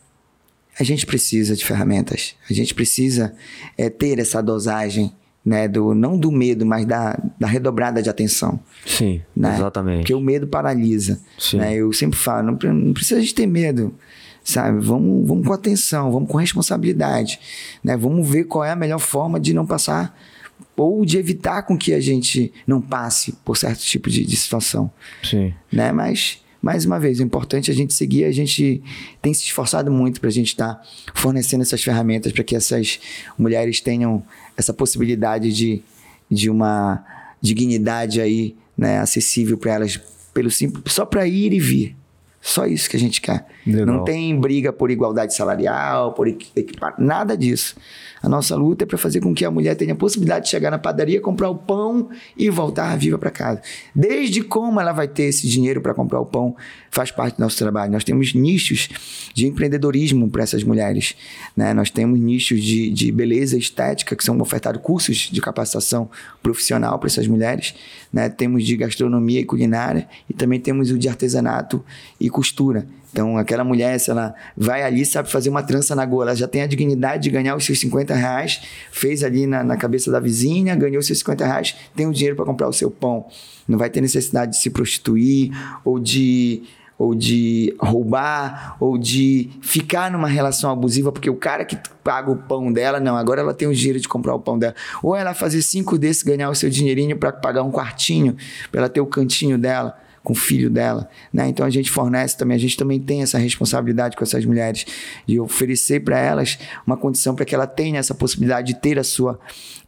a gente precisa de ferramentas, a gente precisa é, ter essa dosagem, né, do, não do medo, mas da, da redobrada de atenção. Sim, né? Exatamente. Porque o medo paralisa. Né? Eu sempre falo, não, não precisa de ter medo, sabe? Vamos, vamos com atenção, vamos com responsabilidade, né? Vamos ver qual é a melhor forma de não passar ou de evitar com que a gente não passe por certo tipo de, de situação. Sim. Né? Mas... mais uma vez, o importante é a gente seguir, a gente tem se esforçado muito para a gente estar tá fornecendo essas ferramentas para que essas mulheres tenham essa possibilidade de, de uma dignidade aí, né, acessível para elas, pelo simples, só para ir e vir. Só isso que a gente quer. Legal. Não tem briga por igualdade salarial, por equipar, nada disso. A nossa luta é para fazer com que a mulher tenha a possibilidade de chegar na padaria, comprar o pão e voltar viva para casa. Desde como ela vai ter esse dinheiro para comprar o pão, faz parte do nosso trabalho. Nós temos nichos de empreendedorismo para essas mulheres, né? Nós temos nichos de, de beleza e estética, que são ofertados cursos de capacitação profissional para essas mulheres, né? Temos de gastronomia e culinária e também temos o de artesanato e costura. Então, aquela mulher, se ela vai ali, sabe fazer uma trança na gola, ela já tem a dignidade de ganhar os seus cinquenta reais, fez ali na, na cabeça da vizinha, ganhou os seus cinquenta reais, tem o dinheiro para comprar o seu pão. Não vai ter necessidade de se prostituir ou de, ou de roubar ou de ficar numa relação abusiva, porque o cara que paga o pão dela, não, agora ela tem o dinheiro de comprar o pão dela. Ou ela fazer cinco desses, ganhar o seu dinheirinho para pagar um quartinho, para ela ter o cantinho dela, com o filho dela, né? Então a gente fornece também, a gente também tem essa responsabilidade com essas mulheres de oferecer para elas uma condição para que ela tenha essa possibilidade de ter a sua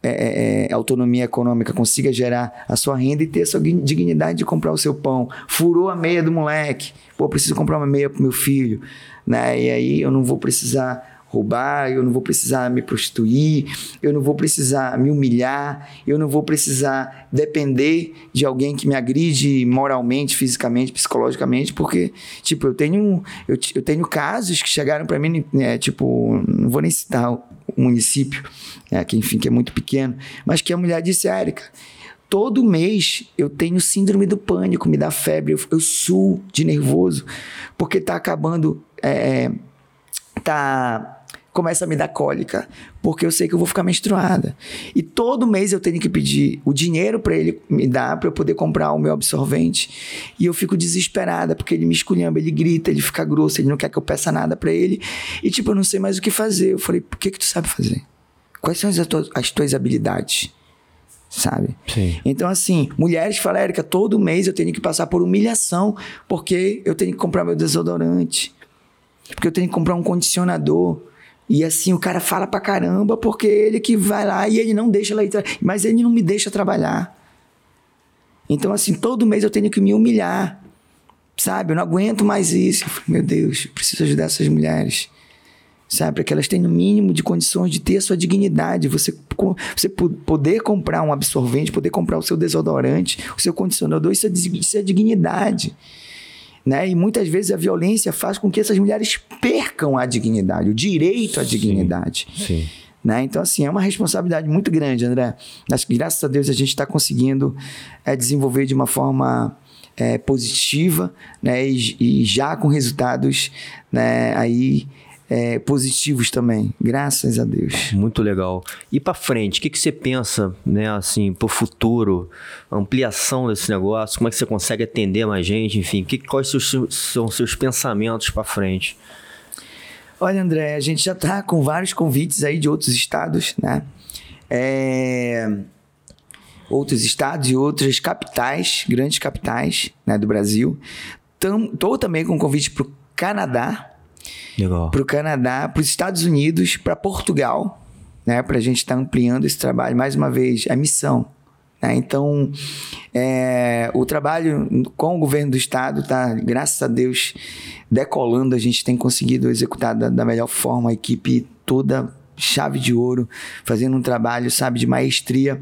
é, é, autonomia econômica, consiga gerar a sua renda e ter a sua dignidade de comprar o seu pão. Furou a meia do moleque, pô, preciso comprar uma meia pro meu filho, né? E aí eu não vou precisar roubar, eu não vou precisar me prostituir, eu não vou precisar me humilhar, eu não vou precisar depender de alguém que me agride moralmente, fisicamente, psicologicamente, porque, tipo, eu tenho, eu, eu tenho casos que chegaram para mim, né, tipo, não vou nem citar o município, né, que, enfim, que é muito pequeno, mas que a mulher disse: Érica, todo mês eu tenho síndrome do pânico, me dá febre, eu, eu suo de nervoso, porque tá acabando, é, tá... começa a me dar cólica, porque eu sei que eu vou ficar menstruada. E todo mês eu tenho que pedir o dinheiro para ele me dar, para eu poder comprar o meu absorvente. E eu fico desesperada, porque ele me esculhamba, ele grita, ele fica grosso, ele não quer que eu peça nada para ele. E tipo, eu não sei mais o que fazer. Eu falei: por que que tu sabe fazer? Quais são as tuas, as tuas habilidades? Sabe? Sim. Então, assim, mulheres falam: Érica, todo mês eu tenho que passar por humilhação, porque eu tenho que comprar meu desodorante, porque eu tenho que comprar um condicionador. E assim, o cara fala pra caramba, porque ele que vai lá e ele não deixa ela ir, mas ele não me deixa trabalhar. Então, assim, todo mês eu tenho que me humilhar, sabe? Eu não aguento mais isso. Eu falei: meu Deus, eu preciso ajudar essas mulheres, sabe? Para que elas tenham o mínimo de condições de ter a sua dignidade. Você, você poder comprar um absorvente, poder comprar o seu desodorante, o seu condicionador, isso é, isso é dignidade. Né? E muitas vezes a violência faz com que essas mulheres percam a dignidade, o direito à dignidade. Sim, sim. Né? Então, assim, é uma responsabilidade muito grande, André. Acho que, graças a Deus, a gente está conseguindo é, desenvolver de uma forma é, positiva, né? e, e já com resultados, né? aí, é, positivos também, graças a Deus. Muito legal. E para frente, o que, que você pensa, né, assim, para o futuro, ampliação desse negócio, como é que você consegue atender mais gente, enfim, que, quais são os seus, são os seus pensamentos para frente? Olha, André, a gente já está com vários convites aí de outros estados, né? É... Outros estados e outras capitais, grandes capitais, né, do Brasil. Estou também com convite para o Canadá, para o Canadá, para os Estados Unidos, para Portugal, né? Para a gente estar tá ampliando esse trabalho. Mais uma vez, a missão. Né? Então, é... o trabalho com o governo do estado está, graças a Deus, decolando. A gente tem conseguido executar da, da melhor forma, a equipe toda chave de ouro, fazendo um trabalho, sabe, de maestria.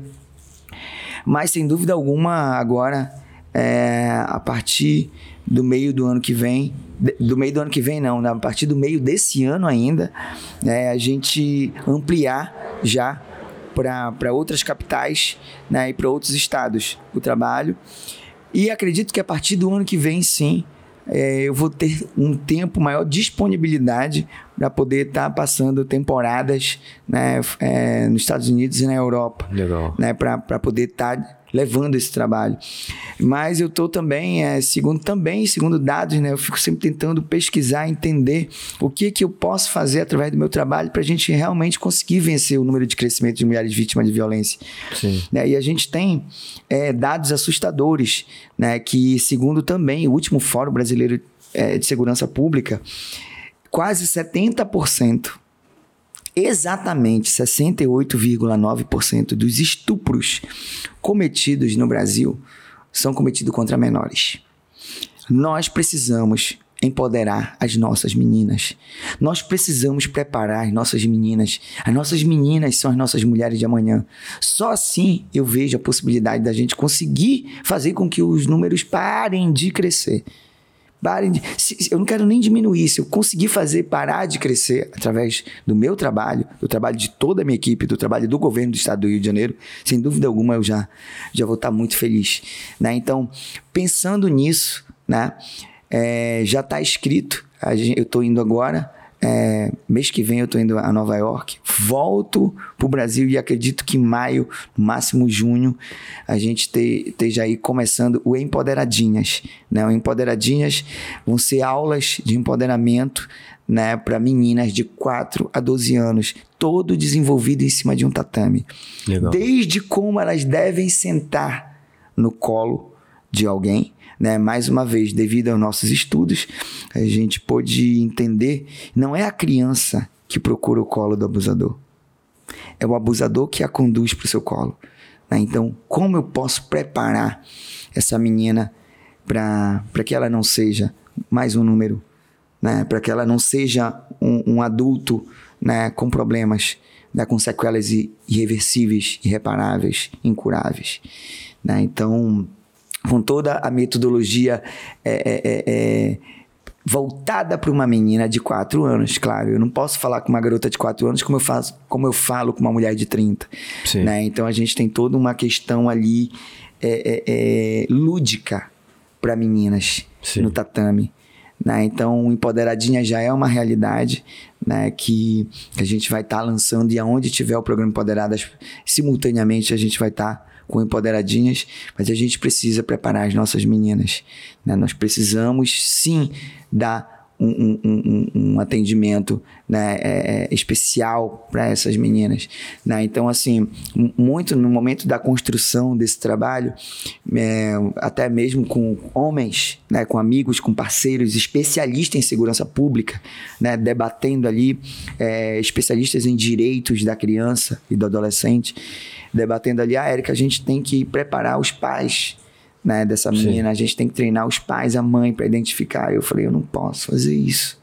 Mas, sem dúvida alguma, agora, é, a partir do meio do ano que vem, do meio do ano que vem não, né? A partir do meio desse ano ainda, é, a gente ampliar já para outras capitais, né, e para outros estados o trabalho. E acredito que a partir do ano que vem, sim, é, eu vou ter um tempo maior, disponibilidade para poder estar tá passando temporadas, né, é, nos Estados Unidos e na Europa. Legal. Né, para poder estar tá levando esse trabalho. Mas eu estou também, é, segundo também, segundo dados, né, eu fico sempre tentando pesquisar, entender o que, que eu posso fazer através do meu trabalho para a gente realmente conseguir vencer o número de crescimento de mulheres vítimas de violência. Sim. Né, e a gente tem é, dados assustadores, né, que segundo também o último Fórum Brasileiro é, de Segurança Pública, quase setenta por cento, exatamente sessenta e oito vírgula nove por cento dos estupros cometidos no Brasil são cometidos contra menores. Nós precisamos empoderar as nossas meninas. Nós precisamos preparar as nossas meninas. As nossas meninas são as nossas mulheres de amanhã. Só assim eu vejo a possibilidade da gente conseguir fazer com que os números parem de crescer. Parem de, se, eu não quero nem diminuir. Se eu conseguir fazer parar de crescer através do meu trabalho, do trabalho de toda a minha equipe, do trabalho do governo do estado do Rio de Janeiro, sem dúvida alguma eu já, já vou estar muito feliz. Né? Então, pensando nisso, né, é, já está escrito, a gente, eu estou indo agora, é, mês que vem eu estou indo a Nova York, volto para o Brasil e acredito que em maio, no máximo junho, a gente te, esteja aí começando o Empoderadinhas. Né? O Empoderadinhas vão ser aulas de empoderamento, né, para meninas de quatro a doze anos, todo desenvolvido em cima de um tatame. Legal. Desde como elas devem sentar no colo de alguém. Né? Mais uma vez, devido aos nossos estudos, a gente pôde entender, não é a criança que procura o colo do abusador, é o abusador que a conduz para o seu colo. Né? Então, como eu posso preparar essa menina para que ela não seja mais um número, né? Para que ela não seja um, um adulto, né, com problemas, né, com sequelas irreversíveis, irreparáveis, incuráveis. Né? Então, com toda a metodologia é, é, é, voltada para uma menina de quatro anos, claro. Eu não posso falar com uma garota de quatro anos como eu, faço, como eu falo com uma mulher de trinta. Né? Então, a gente tem toda uma questão ali é, é, é, lúdica para meninas. Sim. No tatame. Né? Então, o Empoderadinha já é uma realidade, né, que a gente vai estar tá lançando, e aonde tiver o programa Empoderadas, simultaneamente a gente vai estar tá com Empoderadinhas, mas a gente precisa preparar as nossas meninas. Né? Nós precisamos, sim, dar um, um, um, um atendimento, né, é, especial para essas meninas. Né? Então, assim, muito no momento da construção desse trabalho, é, até mesmo com homens, né, com amigos, com parceiros, especialistas em segurança pública, né, debatendo ali, é, especialistas em direitos da criança e do adolescente, debatendo ali, ah, Érica, a gente tem que preparar os pais, né, dessa menina. Sim. A gente tem que treinar os pais, a mãe, para identificar. Eu falei, eu não posso fazer isso.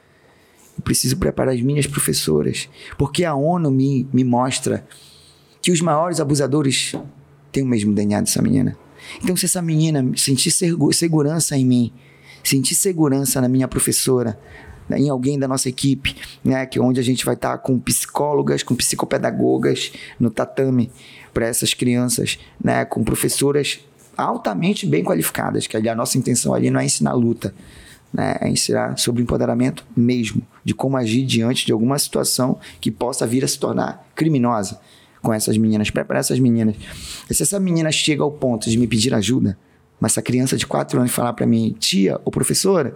Eu preciso preparar as minhas professoras, porque a ONU me, me mostra que os maiores abusadores têm o mesmo D N A dessa menina. Então, se essa menina sentir segurança em mim, sentir segurança na minha professora, né, em alguém da nossa equipe, né, que onde a gente vai estar com psicólogas, com psicopedagogas no tatame para essas crianças, né, com professoras altamente bem qualificadas, que a nossa intenção ali não é ensinar luta, né, é ensinar sobre empoderamento mesmo, de como agir diante de alguma situação que possa vir a se tornar criminosa com essas meninas, preparar essas meninas. E se essa menina chega ao ponto de me pedir ajuda, mas essa criança de quatro anos falar para mim, tia ou professora,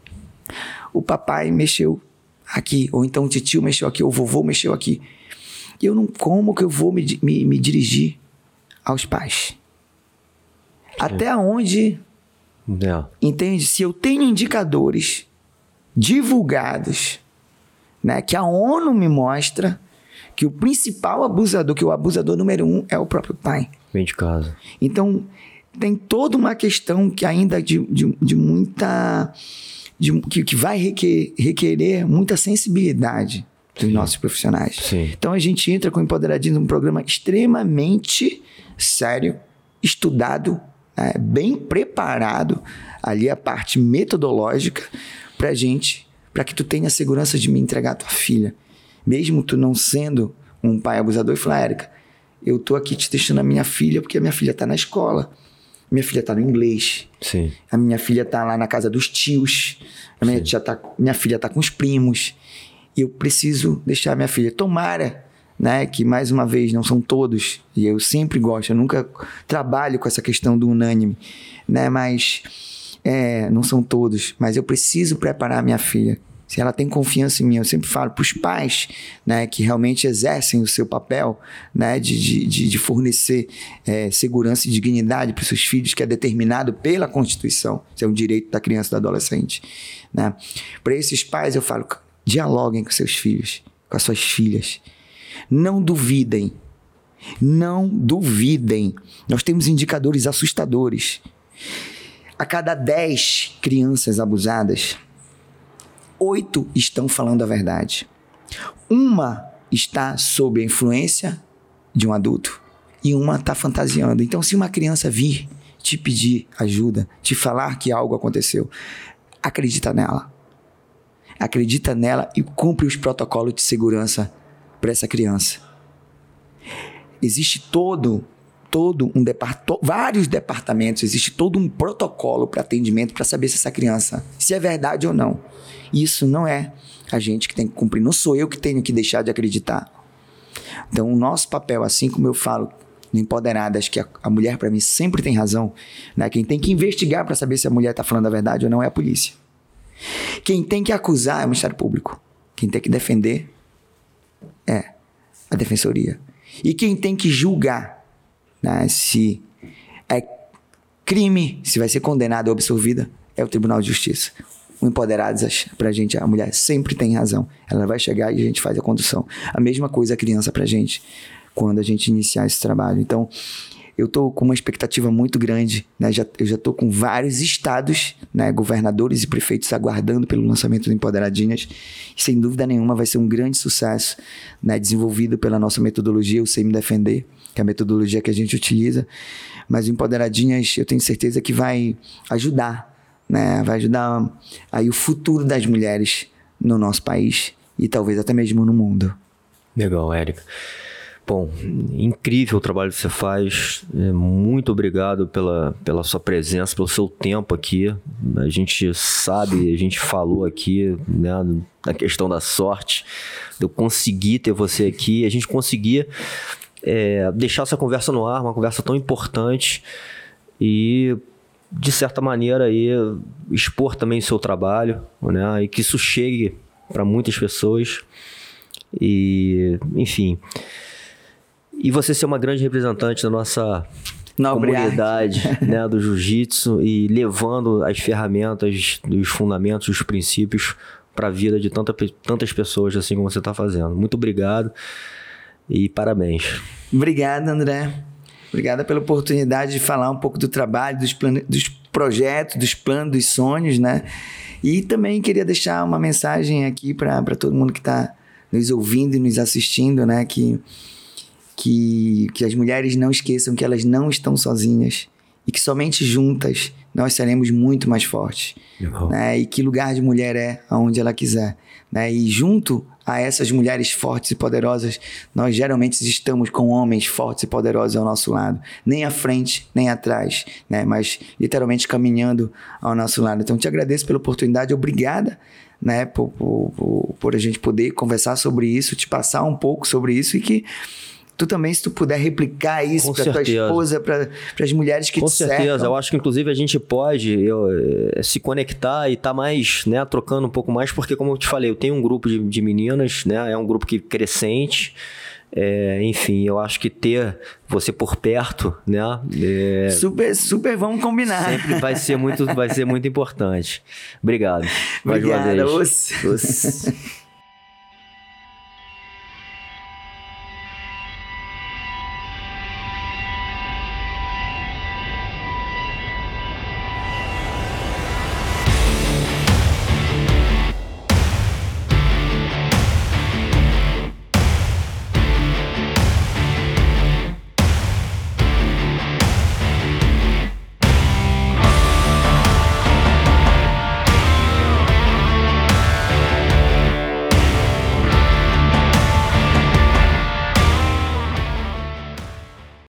o papai mexeu aqui, ou então o titio mexeu aqui, ou o vovô mexeu aqui. E eu não, como que eu vou me, me, me dirigir aos pais? Sim. Até onde, é. entende? Se eu tenho indicadores divulgados, né, que a ONU me mostra que o principal abusador, que o abusador número um é o próprio pai. Vem de casa. Então, tem toda uma questão que ainda de, de, de muita... De, que, que vai requer, requerer muita sensibilidade dos Sim. nossos profissionais. Sim. Então, a gente entra com o Empoderadinhos, um programa extremamente sério, estudado, né, bem preparado, ali a parte metodológica, pra gente, para que tu tenha segurança de me entregar a tua filha. Mesmo tu não sendo um pai abusador, e falar, Érica, eu tô aqui te deixando a minha filha porque a minha filha tá na escola. Minha filha tá no inglês. Sim. A minha filha tá lá na casa dos tios. A minha, tia tá, minha filha tá com os primos. E eu preciso deixar a minha filha. Tomara, né, que mais uma vez não são todos. E eu sempre gosto, eu nunca trabalho com essa questão do unânime, né, mas é, não são todos. Mas eu preciso preparar a minha filha. Se ela tem confiança em mim, eu sempre falo para os pais, né, que realmente exercem o seu papel, né, de, de, de fornecer é, segurança e dignidade para os seus filhos, que é determinado pela Constituição, isso é um direito da criança e do adolescente. Né? Para esses pais eu falo, dialoguem com seus filhos, com as suas filhas. Não duvidem, não duvidem. Nós temos indicadores assustadores. A cada dez crianças abusadas, oito estão falando a verdade. Uma está sob a influência de um adulto e uma está fantasiando. Então, se uma criança vir te pedir ajuda, te falar que algo aconteceu, acredita nela. Acredita nela e cumpre os protocolos de segurança para essa criança. Existe todo, todo um departamento, vários departamentos, existe todo um protocolo para atendimento para saber se essa criança, se é verdade ou não. Isso não é a gente que tem que cumprir, não sou eu que tenho que deixar de acreditar. Então, o nosso papel, assim como eu falo no Empoderadas, que a, a mulher para mim sempre tem razão, né? Quem tem que investigar para saber se a mulher está falando a verdade ou não é a polícia. Quem tem que acusar é o Ministério Público. Quem tem que defender é a Defensoria. E quem tem que julgar, né, se é crime, se vai ser condenada ou absolvida, é o Tribunal de Justiça. O Empoderados, pra gente, a mulher sempre tem razão. Ela vai chegar e a gente faz a condução. A mesma coisa a criança pra gente, quando a gente iniciar esse trabalho. Então, eu tô com uma expectativa muito grande, né? Já, eu já tô com vários estados, né, governadores e prefeitos aguardando pelo lançamento do Empoderadinhas. E, sem dúvida nenhuma, vai ser um grande sucesso, né, desenvolvido pela nossa metodologia, o Sei Me Defender, que é a metodologia que a gente utiliza. Mas o Empoderadinhas, eu tenho certeza que vai ajudar, né? Vai ajudar aí o futuro das mulheres no nosso país e talvez até mesmo no mundo. Legal, Érica. Bom, incrível o trabalho que você faz. Muito obrigado pela, pela sua presença, pelo seu tempo aqui. A gente sabe, a gente falou aqui, né, da questão da sorte, de eu conseguir ter você aqui. A gente conseguir é, deixar essa conversa no ar, uma conversa tão importante e, de certa maneira, aí, expor também o seu trabalho, né, e que isso chegue para muitas pessoas. E, enfim... E você ser uma grande representante da nossa Não, comunidade, né, do jiu-jitsu e levando as ferramentas, os fundamentos, os princípios para a vida de tanta, tantas pessoas assim como você está fazendo. Muito obrigado e parabéns. Obrigado, André. Obrigado pela oportunidade de falar um pouco do trabalho, dos, plane... dos projetos, dos planos, dos sonhos, né? E também queria deixar uma mensagem aqui para todo mundo que está nos ouvindo e nos assistindo, né? Que... Que, que as mulheres não esqueçam que elas não estão sozinhas e que somente juntas nós seremos muito mais fortes. Uhum. Né? E que lugar de mulher é aonde ela quiser. Né? E junto a essas mulheres fortes e poderosas, nós geralmente estamos com homens fortes e poderosos ao nosso lado. Nem à frente, nem atrás, né? Mas literalmente caminhando ao nosso lado. Então, te agradeço pela oportunidade. Obrigada, né? Por, por, por, por a gente poder conversar sobre isso, te passar um pouco sobre isso e que tu também, se tu puder replicar isso para tua esposa, para as mulheres que Com te cercam. Com certeza, eu acho que inclusive a gente pode eu, se conectar e estar tá mais, né, trocando um pouco mais, porque como eu te falei, eu tenho um grupo de, de meninas, né, é um grupo que crescente, é, enfim, eu acho que ter você por perto, né, é, super, super, vamos combinar. Sempre vai ser muito, vai ser muito importante. Obrigado. Obrigado. Mais uma vez.